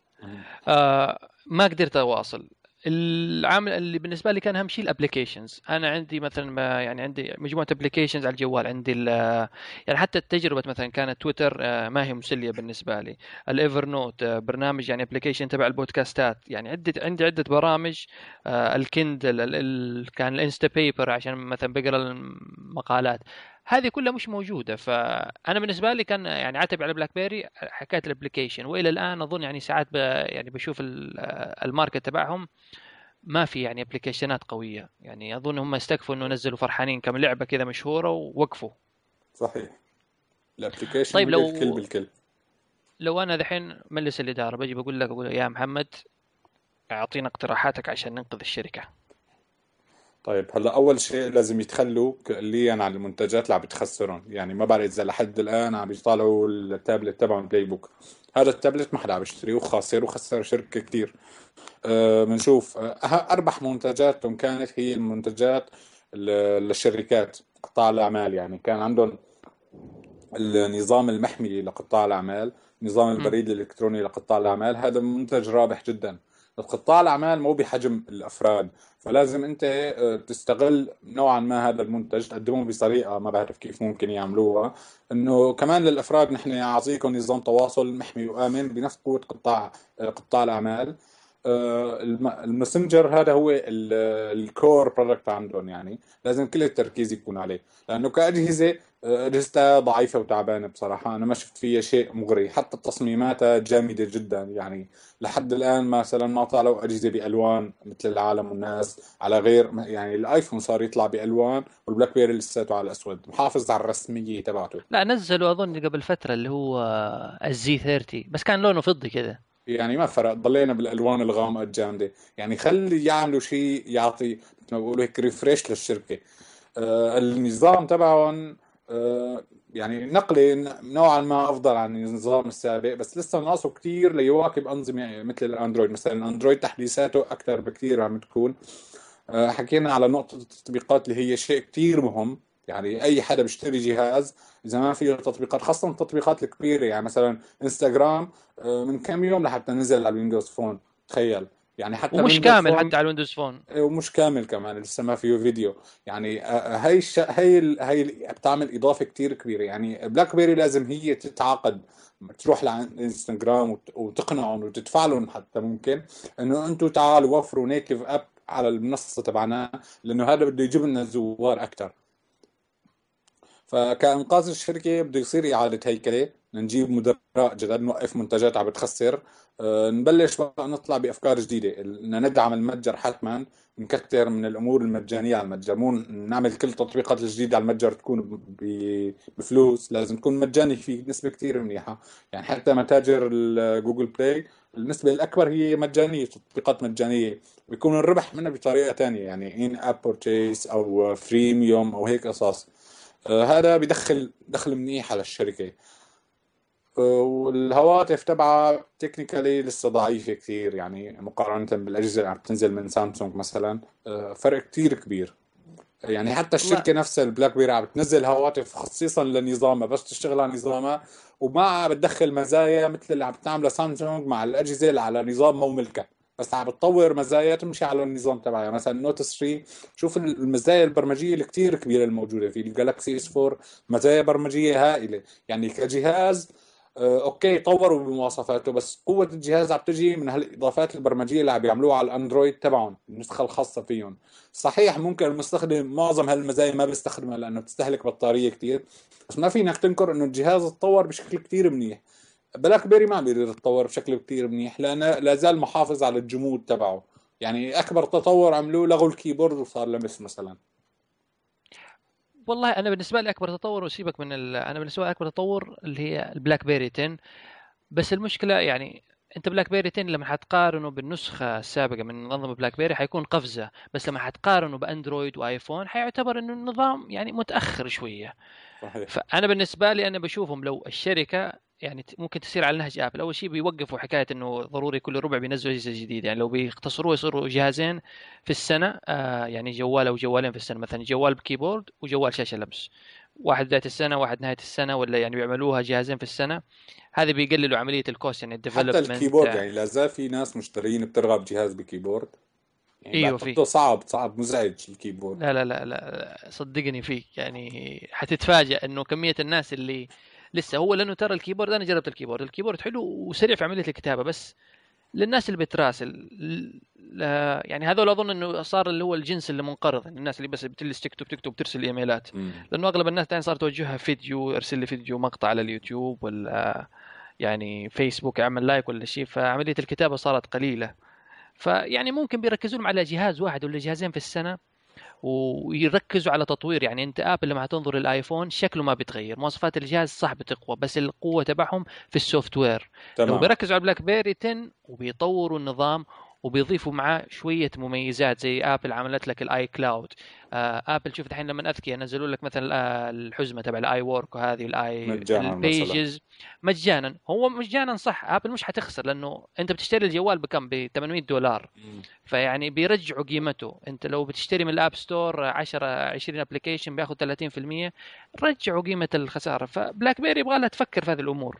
ما قدرت اواصل. العامل اللي بالنسبه لي كان اهم شيء الابلكيشنز. انا عندي مثلا ما يعني عندي مجموعه ابلكيشنز على الجوال. عندي يعني حتى التجربه مثلا كانت تويتر ما هي مسليه بالنسبه لي. الايفر نوت برنامج يعني ابلكيشن تبع البودكاستات. يعني عندي عده برامج. الكندل كان الانستا بيبر عشان مثلا بقرا المقالات. هذه كلها مش موجوده. فانا بالنسبه لي كان يعني عاتب على بلاك بيري حكايه الابلكيشن. والى الان اظن يعني ساعات يعني بشوف الماركت تبعهم ما في يعني ابلكيشنات قويه. يعني اظن هم استكفوا انه نزلوا فرحانين كم لعبه كذا مشهوره ووقفوا. صحيح. الابلكيشن طيب هي الكل لو بالكل. انا ذحين مجلس الاداره بجي بقول لك، اقول يا محمد اعطينا اقتراحاتك عشان ننقذ الشركه. طيب هلا اول شيء لازم يتخلوا كليا عن المنتجات اللي عم بتخسرهم. يعني ما بعرف اذا لحد الان عم يطالعوا التابلت تبعهم بلاي بوك. هذا التابلت ما حدا عم يشتريه وخاسر وخسر شركه كثير. بنشوف اربح منتجاتهم كانت هي المنتجات للشركات قطاع الاعمال. يعني كان عندهم النظام المحمي لقطاع الأعمال، نظام امم البريد الإلكتروني لقطاع الأعمال. هذا منتج رابح جدا. قطاع الأعمال مو بحجم الأفراد، فلازم أنت تستغل نوعا ما هذا المنتج، تقدمه بطريقة ما بعرف كيف ممكن يعملوها، إنه كمان للأفراد نحن نعطيكم نظام تواصل محمي وآمن بنفس قوة قطاع الأعمال. الماسنجر هذا هو الكور برودكت عندهم. يعني لازم كل التركيز يكون عليه، لأنه كأجهزة أجهزتها ضعيفة وتعبانة بصراحة. أنا ما شفت فيها شيء مغري. حتى تصميماتها جامدة جدا. يعني لحد الآن مثلا ما طلعوا أجهزة بألوان مثل العالم والناس، على غير يعني الآيفون صار يطلع بألوان والبلاك بيري لساته على الأسود، محافظ على الرسمية تبعته. لا نزلوا اظن قبل فتره اللي هو الزي 30 بس كان لونه فضي كذا. يعني ما فرق، ضلينا بالالوان الغامقه الجامده. يعني خلي يعملوا شيء يعطي مثل ما بيقولوا هيك ريفريش للشركه. النظام تبعهم يعني نقلي نوعا ما افضل عن النظام السابق، بس لسه ناقصه كثير ليواكب انظمه مثل الاندرويد. مثلا الاندرويد تحديثاته اكثر بكثير عم تكون. حكينا على نقطه التطبيقات اللي هي شيء كثير مهم. يعني اي حدا بيشتري جهاز اذا ما فيه تطبيقات، خاصه التطبيقات الكبيره، يعني مثلا انستغرام من كم يوم لحتى نزل على الويندوز فون، تخيل. يعني حتى ومش الويندوز كامل فون حتى على الويندوز فون. ومش كامل كمان، لسه ما فيه فيديو. يعني بتعمل اضافه كتير كبيره. يعني بلاك بيري لازم هي تتعاقد، تروح لانستغرام وتقنعهم وتدفع لهم حتى ممكن انه انتم تعالوا وفروا نيتيف اب على المنصه تبعنا، لانه هذا بده يجيب لنا زوار اكثر. فكإنقاذ الشركة بده يصير إعادة هيكلة، نجيب مدراء جدد، نوقف منتجات عم بتخسر. نبلش بقى نطلع بأفكار جديدة، بدنا ندعم المتجر حتما، نكتر من الأمور المجانية على المتجر. مو نعمل كل التطبيقات الجديدة على المتجر تكون بفلوس، لازم تكون مجاني في نسبة كتير منيحة. يعني حتى متاجر الجوجل بلاي النسبة الأكبر هي مجانية، تطبيقات مجانية، ويكون الربح منها بطريقة تانية، يعني إن أب بورتشيس أو فريميوم أو هيك قصص. هذا بدخل دخل منيح على الشركة. والهواتف تبعها تكنيكالي لسه ضعيفة كثير، يعني مقارنة بالأجهزة اللي عم تنزل من سامسونج مثلا. فرق كثير كبير. يعني حتى والله الشركة نفسها البلاك بيري عم بتنزل هواتف خصيصا لنظامها، بس تشتغل على نظامها، وما بتدخل مزايا مثل اللي عم بتعملها سامسونج مع الأجهزة اللي على نظام مو ملكها، بس عم بتطور مزايا تمشي على النظام تبعها. يعني مثلا النوت 3، شوف المزايا البرمجية الكتير كبيرة الموجودة في الجالكسي اس 4، مزايا برمجية هائلة. يعني كجهاز اوكي طوروا بمواصفاته، بس قوة الجهاز عم تجي من هالاضافات البرمجية اللي عم بيعملوها على الاندرويد تبعهم، النسخة الخاصة فيهم. صحيح ممكن المستخدم معظم هالمزايا ما بيستخدمها لانه بتستهلك بطارية كتير، بس ما فينك تنكر انه الجهاز تطور بشكل كتير منيح. بلاك بيري ما بيقدر يتطور بشكل كتير منيح لانه لا زال محافظ على الجمود تبعه. يعني اكبر تطور عملوه لغوا الكيبورد وصار لمس مثلا. والله انا بالنسبه لي اكبر تطور، وسيبك من انا بالنسبه لي اكبر تطور اللي هي البلاك بيري 10. بس المشكله يعني انت بلاك بيري 10 لما حتقارنه بالنسخه السابقه من نظام بلاك بيري حيكون قفزه، بس لما حتقارنه باندرويد وايفون حيعتبر انه النظام يعني متاخر شويه. صحيح. فانا بالنسبه لي انا بشوفهم لو الشركه يعني ممكن تسير على نهج ابل، اول شيء بيوقفوا حكايه انه ضروري كل ربع بينزلوا اجهزه جديده. يعني لو بيختصروه يصيروا جهازين في السنه، يعني جوال او جوالين في السنه، مثلا جوال بكيبورد وجوال شاشه لمس، واحد بدايه السنه واحد نهايه السنه، ولا يعني بيعملوها جهازين في السنه. هذا بيقللوا عمليه الكوست يعني حتى الكيبورد، الديفلوبمنت. يعني لا زال في ناس مشترين بترغب جهاز بكيبورد. يعني ايوه في. بعتقده صعب مزعج الكيبورد. لا صدقني فيك يعني حتتفاجأ انه كمية الناس اللي لسه هو، لانه ترى الكيبورد انا جربت الكيبورد حلو وسريع في عملية الكتابة، بس للناس اللي بتراسل يعني هذول اظن انه صار اللي هو الجنس اللي منقرض، يعني الناس اللي بس بتجلس تكتب ترسل ايميلات. مم. لانه اغلب الناس الثانيه صار توجهها فيديو، ارسل لي فيديو مقطع على اليوتيوب ولا يعني فيسبوك اعمل لايك ولا شيء، فعملية الكتابة صارت قليلة. فيعني ممكن بيركزون على جهاز واحد ولا جهازين في السنة ويركزوا على تطوير. يعني انت ابل لما تنظر الايفون شكله ما بيتغير، مواصفات الجهاز صح بتقوى، بس القوه تبعهم في السوفت وير. لو تمام. بيركزوا على بلاك بيري 10 وبيطوروا النظام وبيضيفوا معاه شويه مميزات زي ابل عملت لك الاي كلاود. ابل شوف الحين لما اذكياء نزلوا لك مثلا الحزمه تبع الاي وورك وهذه الاي مجانا مثلا. البيجز مجانا. هو مجانا صح، ابل مش حتخسر لانه انت بتشتري الجوال بكم؟ ب $800. مم. فيعني بيرجعوا قيمته. انت لو بتشتري من الاب ستور 10 20 ابلكيشن بياخذ 30%، رجعوا قيمة الخسارة. فبلاك بيري يبغى لها تفكر في هذه الامور.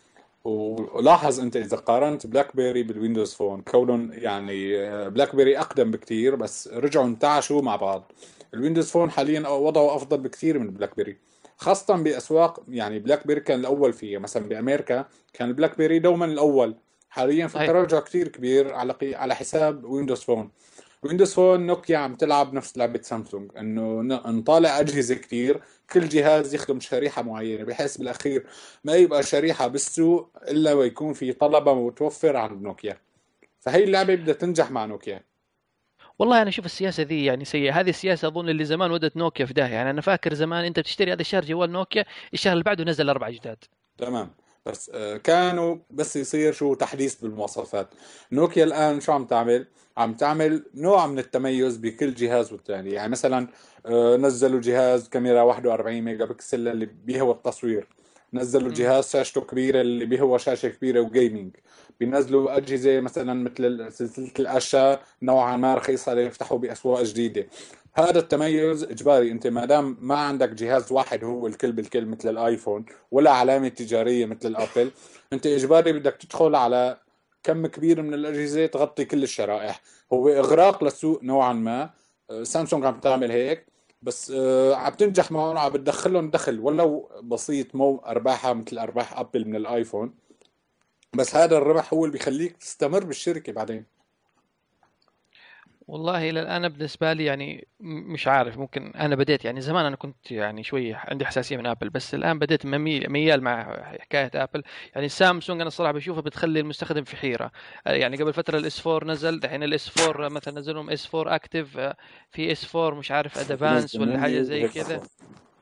ولاحظ انت اذا قارنت بلاك بيري بالويندوز فون، كونهم يعني بلاك بيري اقدم بكثير بس رجعوا انتعشوا مع بعض. الويندوز فون حاليا وضعه افضل بكثير من بلاك بيري، خاصة باسواق. يعني بلاك بيري كان الاول فيها، مثلا بامريكا كان البلاك بيري دوما الاول. حاليا في صحيح. تراجع كثير كبير على حساب ويندوز فون. ويندوز فون نوكيا عم تلعب نفس لعبة سامسونج، انه نطالع اجهزة كتير، كل جهاز يخدم شريحة معينة، بحيث بالاخير ما يبقى شريحة بالسوق الا ويكون في طلبة متوفر عند نوكيا. فهي اللعبة بدها تنجح مع نوكيا. والله انا اشوف السياسة ذي يعني سيئة. هذه السياسة اظن اللي زمان ودت نوكيا في داهية. يعني انا فاكر زمان انت بتشتري هذا الشهر جوال نوكيا، الشهر اللي بعده نزل 4 جداد. تمام. بس كانوا بس يصير شو تحديث بالمواصفات. نوكيا الآن شو عم تعمل؟ عم تعمل نوع من التميز بكل جهاز والتاني. يعني مثلا نزلوا جهاز كاميرا 41 ميجا بكسل اللي بيهوى التصوير، نزلوا مم. جهاز شاشته كبيرة اللي بيهوى شاشة كبيرة وجيمنج، بينزلوا أجهزة مثلا مثل سلسلة الأشا نوعا ما رخيصة ليفتحوا بأسواق جديدة. هذا التميز إجباري. أنت ما دام ما عندك جهاز واحد هو الكل بالكل مثل الآيفون، ولا علامة تجارية مثل الأبل، أنت إجباري بدك تدخل على كم كبير من الأجهزة تغطي كل الشرائح. هو إغراق للسوق نوعا ما. سامسونج عم تعمل هيك، بس عم تنجح معهم، عم بتدخلهم دخل ولو بسيط، مو أرباحها مثل أرباح أبل من الآيفون، بس هذا الربح هو اللي بيخليك تستمر بالشركة بعدين. والله الى الان بالنسبه لي يعني مش عارف، ممكن انا بديت يعني زمان، انا كنت يعني شويه عندي حساسيه من ابل، بس الان بديت ميال مع حكايه ابل. يعني سامسونج انا الصراحه بشوفها بتخلي المستخدم في حيره. يعني قبل فتره الاس 4 نزل، دحين الاس 4 مثلا نزلهم اس 4 اكتف، في اس 4 مش عارف ادفانس بنزل ولا حاجه منيو زي وهيك كذا. خلص.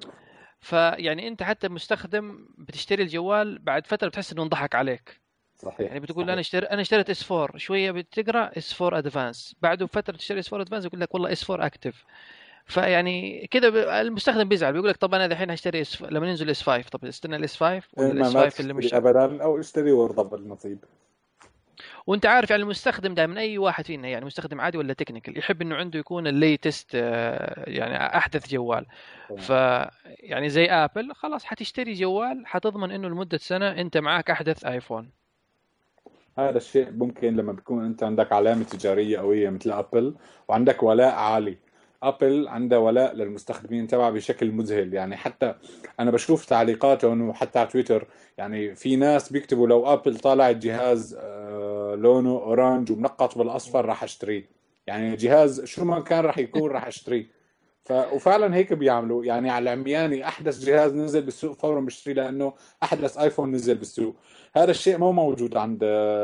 فيعني انت حتى مستخدم بتشتري الجوال بعد فتره بتحس انه انضحك عليك. صحيح يعني بتقول صحيح. انا اشتريت اس 4، شويه بتقرا اس 4 ادفانس، بعده فتره تشتري اس 4 ادفانس يقول لك والله اس 4 اكتف. فيعني كده المستخدم بيزعل، بيقول لك طب انا الحين هشتري لما ينزل اس 5، طب استنى الاس 5 ولا إما الاس ما 5 اللي تشتري مش. أبدا أو اشتري وارضى بالنصيب. وانت عارف يعني المستخدم دائما اي واحد فينا، يعني مستخدم عادي ولا تكنيكال، يحب انه عنده يكون الليتست، يعني احدث جوال. ف طبعا. يعني زي ابل خلاص حتشتري جوال حتضمن انه لمدة سنة انت معاك احدث ايفون. هذا الشيء ممكن لما بيكون انت عندك علامة تجارية قوية مثل ابل، وعندك ولاء عالي. ابل عندها ولاء للمستخدمين تبعها بشكل مذهل. يعني حتى انا بشوف تعليقاتهم وحتى على تويتر، يعني في ناس بيكتبوا لو ابل طالع الجهاز لونه اورانج ومنقط بالاصفر راح اشتريه. يعني جهاز شو ما كان راح يكون راح اشتريه. وفعلا هيك بيعملوا. يعني على العمياني احدث جهاز نزل بالسوق فورا بشتري لانه احدث ايفون نزل بالسوق. هذا الشيء مو موجود عند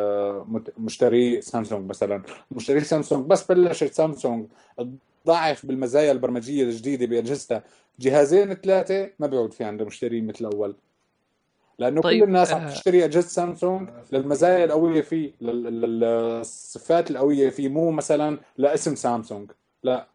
مشتري سامسونج مثلا. مشتري سامسونج بس بلشت سامسونج تضعف بالمزايا البرمجيه الجديده باجهزتها جهازين ثلاثه، ما بيعود في عنده مشترين مثل اول. لانه كل طيب الناس عم تشتري اجهزه سامسونج للمزايا القويه فيه، للصفات القويه فيه، مو مثلا لاسم سامسونج. لا.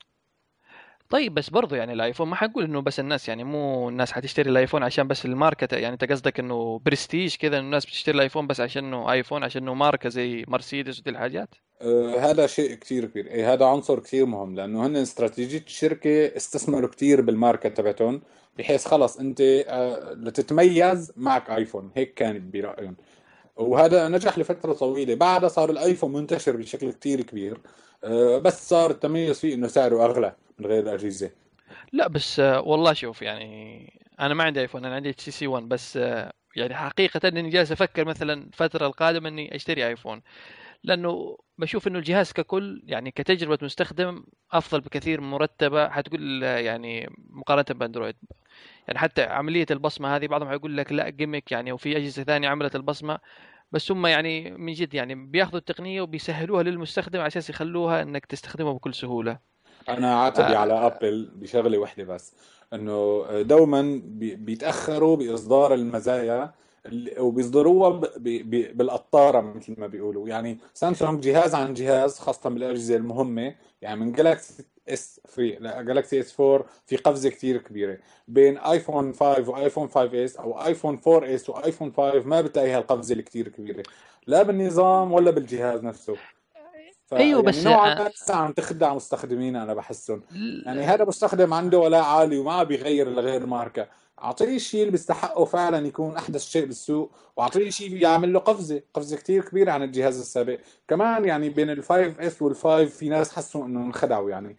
طيب بس برضو يعني الايفون ما حنقول انه بس الناس، يعني مو الناس حتشتري الايفون عشان بس الماركة، يعني انت قصدك انه برستيج كذا إنه الناس بتشتري الايفون بس عشان انه ايفون، عشان انه ماركة زي مرسيدس ودي الحاجات. هذا شيء كتير كبير. هذا عنصر كتير مهم، لأنه هن استراتيجية الشركة استثمروا كتير بالماركة تبعتهم، بحيث خلص أنت لتتميز معك آيفون. هيك كان برأيهم، وهذا نجح لفترة طويلة. بعدها صار الآيفون منتشر بشكل كتير كبير، بس صار التميز فيه إنه سعره أغلى من غير الأجهزة. لا بس والله شوف، يعني انا ما عندي ايفون، انا عندي اتش سي 1 بس. يعني حقيقة اني جالس افكر مثلا الفترة القادمة اني اشتري ايفون، لانه بشوف انه الجهاز ككل يعني كتجربة مستخدم افضل بكثير، مرتبة حتقول يعني مقارنة باندرويد. يعني حتى عملية البصمة هذه بعضهم يقول لك لا جيمك يعني، وفي أجهزة ثانية عملت البصمة، بس هم يعني من جد يعني بياخذوا التقنية وبيسهلوها للمستخدم على أساس يخلوها إنك تستخدمها بكل سهولة. انا عاتبي على آه. ابل بشغله وحده بس، انه دوما بيتاخروا باصدار المزايا وبيصدروها بالقطاره مثل ما بيقولوا. يعني سامسونج جهاز عن جهاز خاصه بالاجهزه المهمه، يعني من جالاكسي اس 3 لا جالاكسي اس 4 في قفزه كثير كبيره. بين ايفون 5 وايفون 5 اس او ايفون 4 اس وايفون 5 ما بتلاقي هالقفزه الكثير كبيره، لا بالنظام ولا بالجهاز نفسه. أيوه فيعني بس نوعا ما لسه عم تخدع مستخدمين انا بحسهم. يعني هذا مستخدم عنده ولاء عالي وما بيغير لغير ماركة، اعطيه الشيء اللي بيستحقه فعلا يكون احدث شيء بالسوق، واعطيه شيء يعمل له قفزة كثير كبيرة عن الجهاز السابق. كمان يعني بين الفايف اس والفايف في ناس حسوا انه انخدعوا يعني.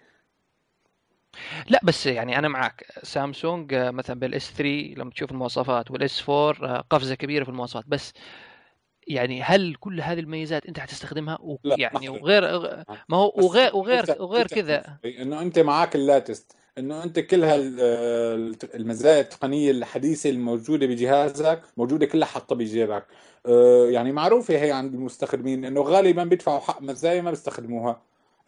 لا بس يعني أنا معك سامسونج، مثلا بالاس 3 لما تشوف المواصفات، والاس 4 قفزة كبيرة في المواصفات، بس يعني هل كل هذه المميزات أنت حتستخدمها لا يعني محدود. وغير، ما هو بس في وغير كذا. انه انت معك اللاتست، انه انت كل المزايا التقنيه الحديثه الموجوده بجهازك موجوده كلها حاطه بجيبك. يعني معروفه هي عند المستخدمين انه غالبا بيدفعوا حق مزايا ما بيستخدموها.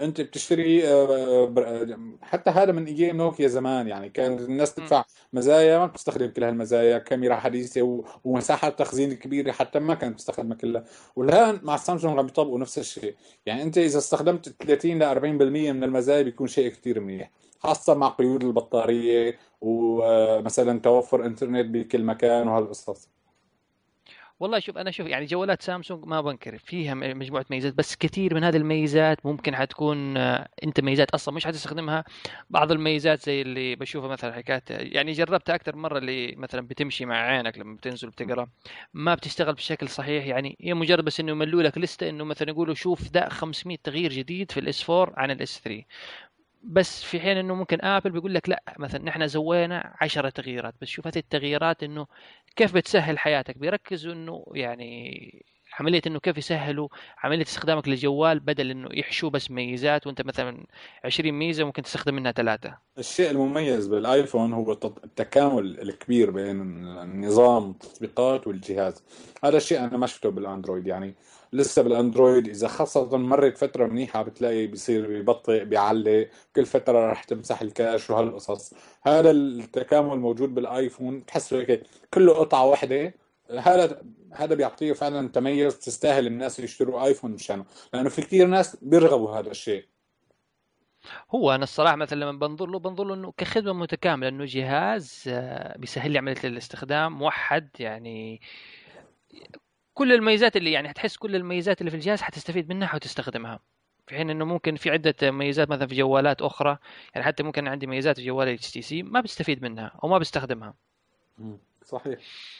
انت بتشتري حتى هذا من ايام نوكيا زمان، يعني كان الناس مم. تدفع مزايا ما بتستخدم كل هالمزايا، كاميرا حديثة ومساحة تخزين كبيرة حتى ما كانت تستخدمها كلها. والآن مع سامسونج عم يطبقوا نفس الشيء. يعني انت اذا استخدمت 30 ل 40% من المزايا بيكون شيء كثير منيح، خاصة مع قيود البطارية ومثلا توفر انترنت بكل مكان وهالقصص. والله شوف، انا شوف يعني جوالات سامسونج ما بنكر فيها مجموعه ميزات، بس كثير من هذه الميزات ممكن حتكون انت ميزات اصلا مش حتستخدمها. بعض الميزات زي اللي بشوفها مثلا حكايه، يعني جربتها اكثر مره، اللي مثلا بتمشي مع عينك لما بتنزل بتقرا ما بتشتغل بشكل صحيح. يعني هي مجرد بس انه يملوا لك لسته، انه مثلا يقولوا شوف ده 500 تغيير جديد في الاس 4 عن الاس 3. بس في حين انه ممكن ابل بيقول لك لا، مثلا نحن زوينا 10 تغييرات بس، شوف هذه التغييرات انه كيف بتسهل حياتك. بيركزوا انه يعني عملية انه كيف يسهلوا عملية استخدامك للجوال، بدل انه يحشوا بس ميزات وانت مثلا 20 ميزة ممكن تستخدم منها ثلاثة. الشيء المميز بالايفون هو التكامل الكبير بين النظام التطبيقات والجهاز. هذا الشيء انا ما شفته بالاندرويد. يعني لسه بالاندرويد اذا خاصة مرت فترة منيحة بتلاقي بيصير بيبطئ بيعلق، كل فترة رح تمسح الكاش وهالقصص. هذا التكامل موجود بالايفون، تحسه هيك كله قطعة واحدة. هذا بيعطيه فعلا تميز، تستاهل الناس يشتروا ايفون مشانه، لانه في كثير ناس بيرغبوا هذا الشيء. هو انا الصراحة مثلا لما بنظر له انه كخدمة متكاملة، انه جهاز بيسهل لي عملية الاستخدام، موحد يعني. كل الميزات اللي يعني هتحس كل الميزات اللي في الجهاز هتستفيد منها وتستخدمها، في حين انه ممكن في عدة ميزات مثلا في جوالات اخرى. يعني حتى ممكن عندي ميزات في جوال اتش تي سي ما بستفيد منها او ما بستخدمها. صحيح.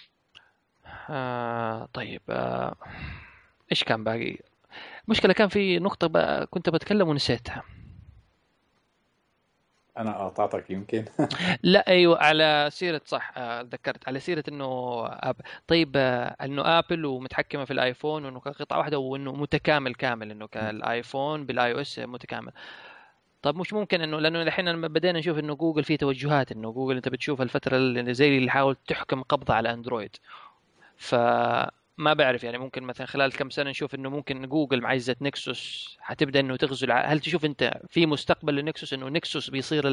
طيب، ايش كان باقي؟ مشكلة كان في نقطة بقى كنت بتكلم ونسيتها. انا قاطعتك يمكن. لا ايوه، على سيرة صح، ذكرت على سيرة انه طيب، انه ابل ومتحكمة في الايفون، وانه كقطعة واحدة، وانه متكامل كامل، انه كالايفون بالاي او اس متكامل. طب مش ممكن انه، لانه الحين لما بدينا نشوف انه جوجل فيه توجهات، انه جوجل انت بتشوف الفتره اللي زي اللي حاول تحكم قبضه على اندرويد. فما بعرف يعني، ممكن مثلا خلال كم سنه نشوف انه ممكن جوجل مع عزه نكسوس حتبدا انه تغزو هل تشوف انت في مستقبل لنكسوس، انه نكسوس بيصير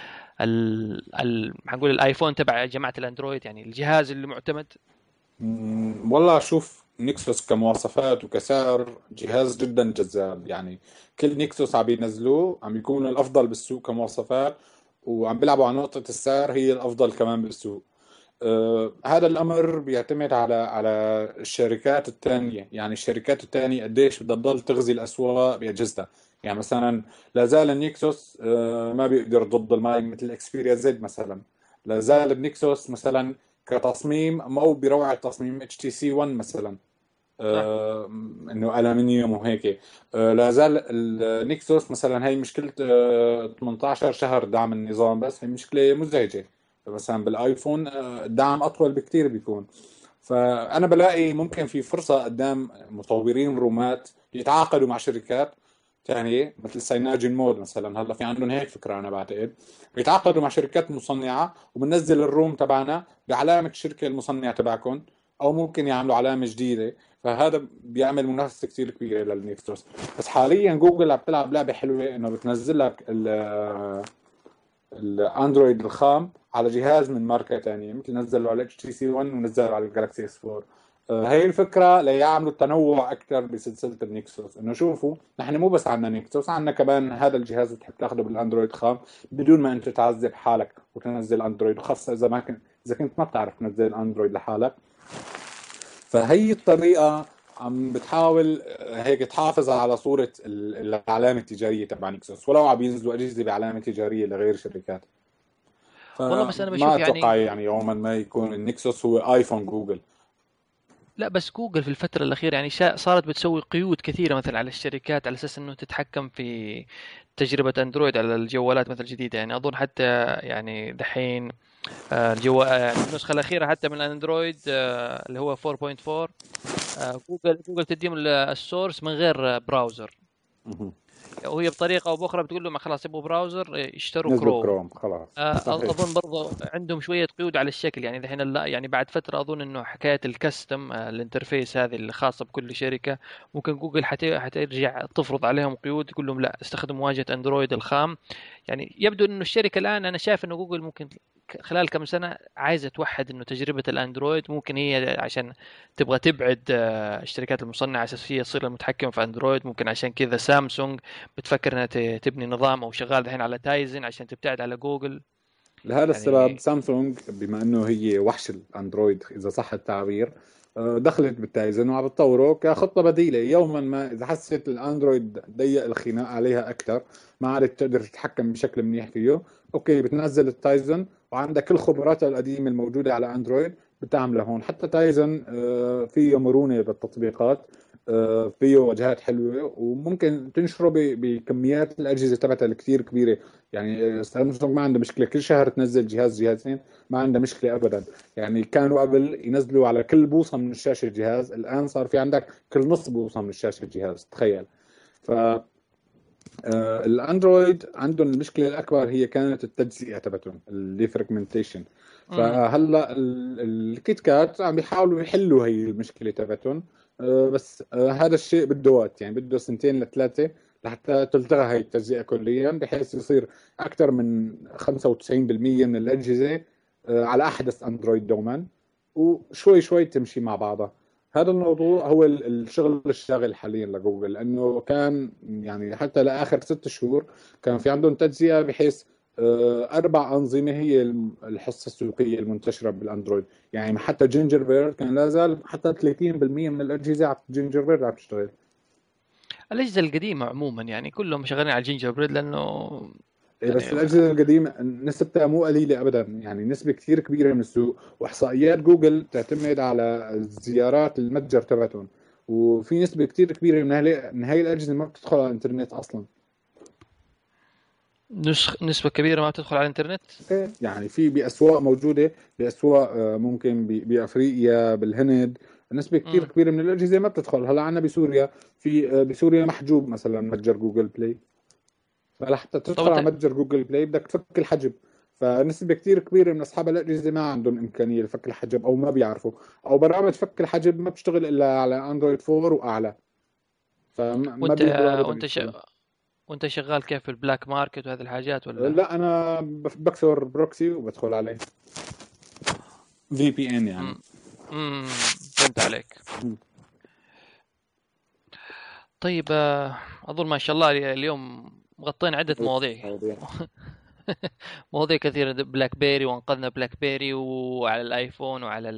هنقول الايفون تبع جماعه الاندرويد، يعني الجهاز اللي معتمد. والله شوف، نيكسوس كمواصفات وكسعر جهاز جدا جذاب. يعني كل نيكسوس عم بينزلوه عم بيكون الافضل بالسوق كمواصفات، وعم بيلعبوا على نقطة السعر هي الافضل كمان بالسوق. هذا الامر بيعتمد على الشركات الثانية. يعني الشركات الثانية قديش بدها تضل تغزي الاسواق باجهزتها. يعني مثلا لا زال النيكسوس ما بيقدر ضد الماي مثل الاكسبيريا زد مثلا. لا زال النيكسوس مثلا كتصميم مو بروعة تصميم اتش تي سي 1 مثلا. صح. انه الومنيوم وهيك. لا زال النيكسوس مثلا، هي مشكلة 18 شهر دعم النظام، بس هي مشكلة مزعجة. مثلا بالايفون الدعم اطول بكتير بيكون. فانا بلاقي ممكن في فرصة قدام مطورين رومات يتعاقدوا مع شركات ثانية مثل سايناجين مود مثلا. هلا في عندهم هيك فكرة انا بعتقد، بيتعاقدوا مع شركات مصنعة وبننزل الروم تبعنا بعلامة الشركة المصنع تبعكم، او ممكن يعملوا علامة جديدة. فهذا بيعمل منافسة كثير كبيرة للنيكستوس. بس حاليا جوجل عم تلعب لعبة حلوة، انه بتنزل لك الاندرويد الخام على جهاز من ماركة تانية، مثل نزلوا على اتش تي سي 1 ونزلوا على الجالكسي اس 4. هي الفكرة ليعملوا تنوع أكثر بسلسلة النيكسوس، إنه شوفوا نحن مو بس عندنا نيكسوس، عندنا كمان هذا الجهاز اللي تحب تاخذه بالأندرويد خام بدون ما أنت تعذب حالك وتنزل أندرويد، وخاصة إذا كنت ما بتعرف تنزل أندرويد لحالك. فهي الطريقة عم بتحاول هيك تحافظ على صورة العلامة التجارية تبع نيكسوس، ولو عم ينزلوا أجهزة بعلامة تجارية لغير شركات. والله بس انا فما بشوف أتوقع يعني، يعني يوما ما يكون النيكسوس هو آيفون جوجل. لا بس جوجل في الفترة الأخيرة يعني صارت بتسوي قيود كثيرة مثلا على الشركات، على أساس إنه تتحكم في تجربة أندرويد على الجوالات مثل الجديدة. يعني أظن حتى يعني دحين يعني النسخة الأخيرة حتى من الأندرويد اللي هو 4.4، جوجل تديهم السورس من غير براوزر. وهي بطريقه او باخرى بتقول لهم خلاص يبغوا براوزر اشتروا نزلوا كروم. كروم خلاص صحيح. اظن برضه عندهم شويه قيود على الشكل، يعني الحين لا يعني بعد فتره اظن انه حكايه الكستم الانترفيس هذه اللي خاصه بكل شركه ممكن جوجل حترجع تفرض عليهم قيود، تقول لهم لا استخدموا واجهه اندرويد الخام. يعني يبدو انه الشركه الان، انا شايف انه جوجل ممكن خلال كم سنه عايزه توحد انه تجربه الاندرويد، ممكن هي عشان تبغى تبعد الشركات المصنعه اساس هي تصير المتحكم في اندرويد. ممكن عشان كذا سامسونج بتفكر انها تبني نظام او شغال الحين على تايزن عشان تبتعد على جوجل. لهذا السبب يعني سامسونج بما انه هي وحش الاندرويد اذا صح التعبير، دخلت بالتايزن وعم بتطوره كخطه بديله. يوما ما اذا حسيت الاندرويد ضيق الخناق عليها اكثر، ما عادت تقدر تتحكم بشكل منيح فيه، اوكي بتنزل التايزن وعندك كل خبراتها القديمه الموجوده على اندرويد بتعملها هون. حتى تايزن فيه مرونه بالتطبيقات، فيه واجهات حلوه وممكن تنشره بكميات الاجهزه تبعتها الكثير كبيره. يعني سامسونج ما عنده مشكله كل شهر تنزل جهاز جهازين، ما عنده مشكله ابدا. يعني كانوا قبل ينزلوا على كل بوصه من الشاشه الجهاز، الان صار في عندك كل نص بوصه من الشاشه الجهاز، تخيل. ف الاندرويد عندهم المشكله الاكبر هي كانت التجزئه تبعتهم، الديفرجمنتيشن. امم فهلا الكيت كات عم بيحاولوا يحلوا هي المشكله تبعتهم. بس هذا الشيء بده وقت، يعني بده سنتين لثلاثه لحتى تلتغى هي التجزئه كليا، بحيث يصير اكثر من 95% من الاجهزه على احدث اندرويد دوما، وشوي شوي تمشي مع بعضها. هذا الموضوع هو الشغل الشاغل حاليا لجوجل، لانه كان يعني حتى لاخر 6 شهور كان في عندهم تجزئه بحيث 4 انظمه هي الحصه السوقيه المنتشره بالاندرويد. يعني حتى جينجر بيرد كان لا زال حتى 30% من الاجهزه على جينجر بيرد عم تشتغل. الاجهزه القديمه عموما يعني كلهم شغالين على الجينجر بريد لانه إيه بس يعني الأجهزة القديمة نسبتها مو قليلة أبدا، يعني نسبة كثير كبيرة من السوق. وإحصائيات جوجل تعتمد على الزيارات المتجر تبعتهم، وفي نسبة كثير كبيرة من هاي الأجهزة ما بتدخل على الإنترنت أصلا. نسبه كبيره ما بتدخل على الانترنت. إيه يعني في بأسواق موجودة، بأسواق ممكن بأفريقيا بالهند، نسبة كثير امم كبيرة من الأجهزة ما بتدخل. هلا عنا بسوريا، في بسوريا محجوب مثلا متجر جوجل بلاي، فلحتى طب تدخل على انت متجر جوجل بلاي بدك تفك الحجب. فنسبة كتير كبيرة من أصحاب الأجهزة ما عندهم إمكانية لفك الحجب أو ما بيعرفوا، أو برامج فك الحجب ما بتشتغل إلا على أندرويد 4 وأعلى، فما وانت بيقدروا أبدا وانت ش... يدخلوا. وانت شغال كيف في البلاك ماركت وهذه الحاجات ولا؟ لا أنا بكسر بروكسي وبدخل عليه، في بي إن يعني. امم فهمت عليك. طيب اظن ما شاء الله اليوم مغطين عده مواضيع. مواضيع كثيرة، بلاك بيري وانقذنا بلاك بيري وعلى الايفون وعلى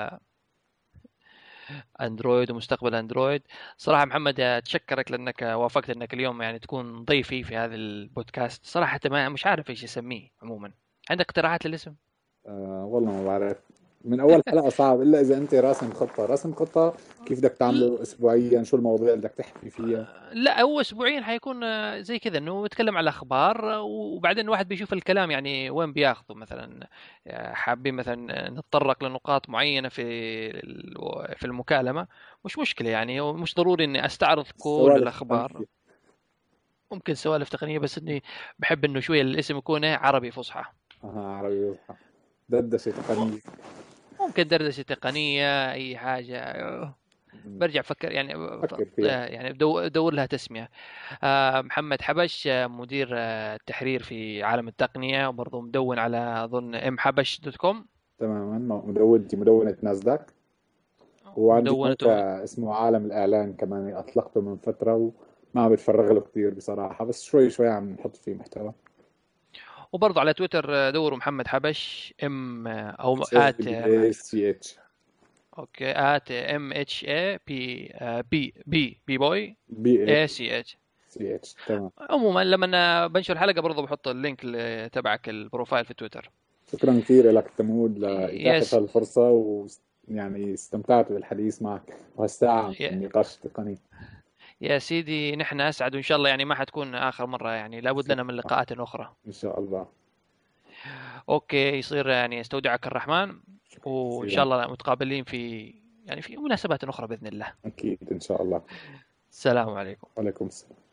الاندرويد ومستقبل اندرويد. صراحة محمد اتشكرك لانك وافقت انك اليوم يعني تكون ضيفي في هذا البودكاست. صراحة ما مش عارف ايش اسميه عموما. عندك اقتراحات للاسم؟ والله ما بعرف، من أول حلقة صعب إلا إذا أنت راسم خطة. راسم خطة كيف بدك تعمله أسبوعيا، شو المواضيع اللي بدك تحكي فيها. لا هو اسبوعيا حيكون زي كذا انه يتكلم على الاخبار، وبعدين الواحد بيشوف الكلام يعني وين بياخذه. مثلا حابين مثلا نتطرق لنقاط معينه في المكالمه، مش مشكله يعني. هو مش ضروري اني استعرض كل سوالف الاخبار. تقنية. ممكن سوالف تقنيه، بس اني بحب انه شويه الاسم يكون عربي فصحى. عربي وضحى، دردشة تقنية. ممكن دردشه تقنيه اي حاجه. برجع افكر يعني فكر فيها. يعني بدور لها تسميه. محمد حبش مدير التحرير في عالم التقنية، وبرضه مدون على أظن حبش دوت كوم. تماما، مدونتي مدونة ناسداك، وعندي مدونته. موقع اسمه عالم الإعلان كمان أطلقته من فترة، وما عم بتفرغ له كثير بصراحة، بس شوي شوي عم نحط فيه محتوى. وبرضه على تويتر دوروا محمد حبش ام او ات. HABACH. اوكي ات ام اتش اي بي بي بوي بي اي اي سي اتش. سي اتش تمام. عموما لما بنشر الحلقة برضه بحط اللينك تبعك البروفايل في تويتر. شكرا كثير لك تمود لإتاحة يس. هالفرصة، ويعني استمتعت بالحديث معك وهالساعة عن النقاش التقني. يا سيدي نحن اسعد، وان شاء الله يعني ما حتكون اخر مرة، يعني إن لابد شاء لنا من الله. لقاءات اخرى. إن شاء الله. اوكي يصير يعني استودعك الرحمن، شكرا وان شاء جزيلا. الله متقابلين في يعني في مناسبات اخرى باذن الله. أكيد إن شاء الله. السلام عليكم. وعليكم السلام.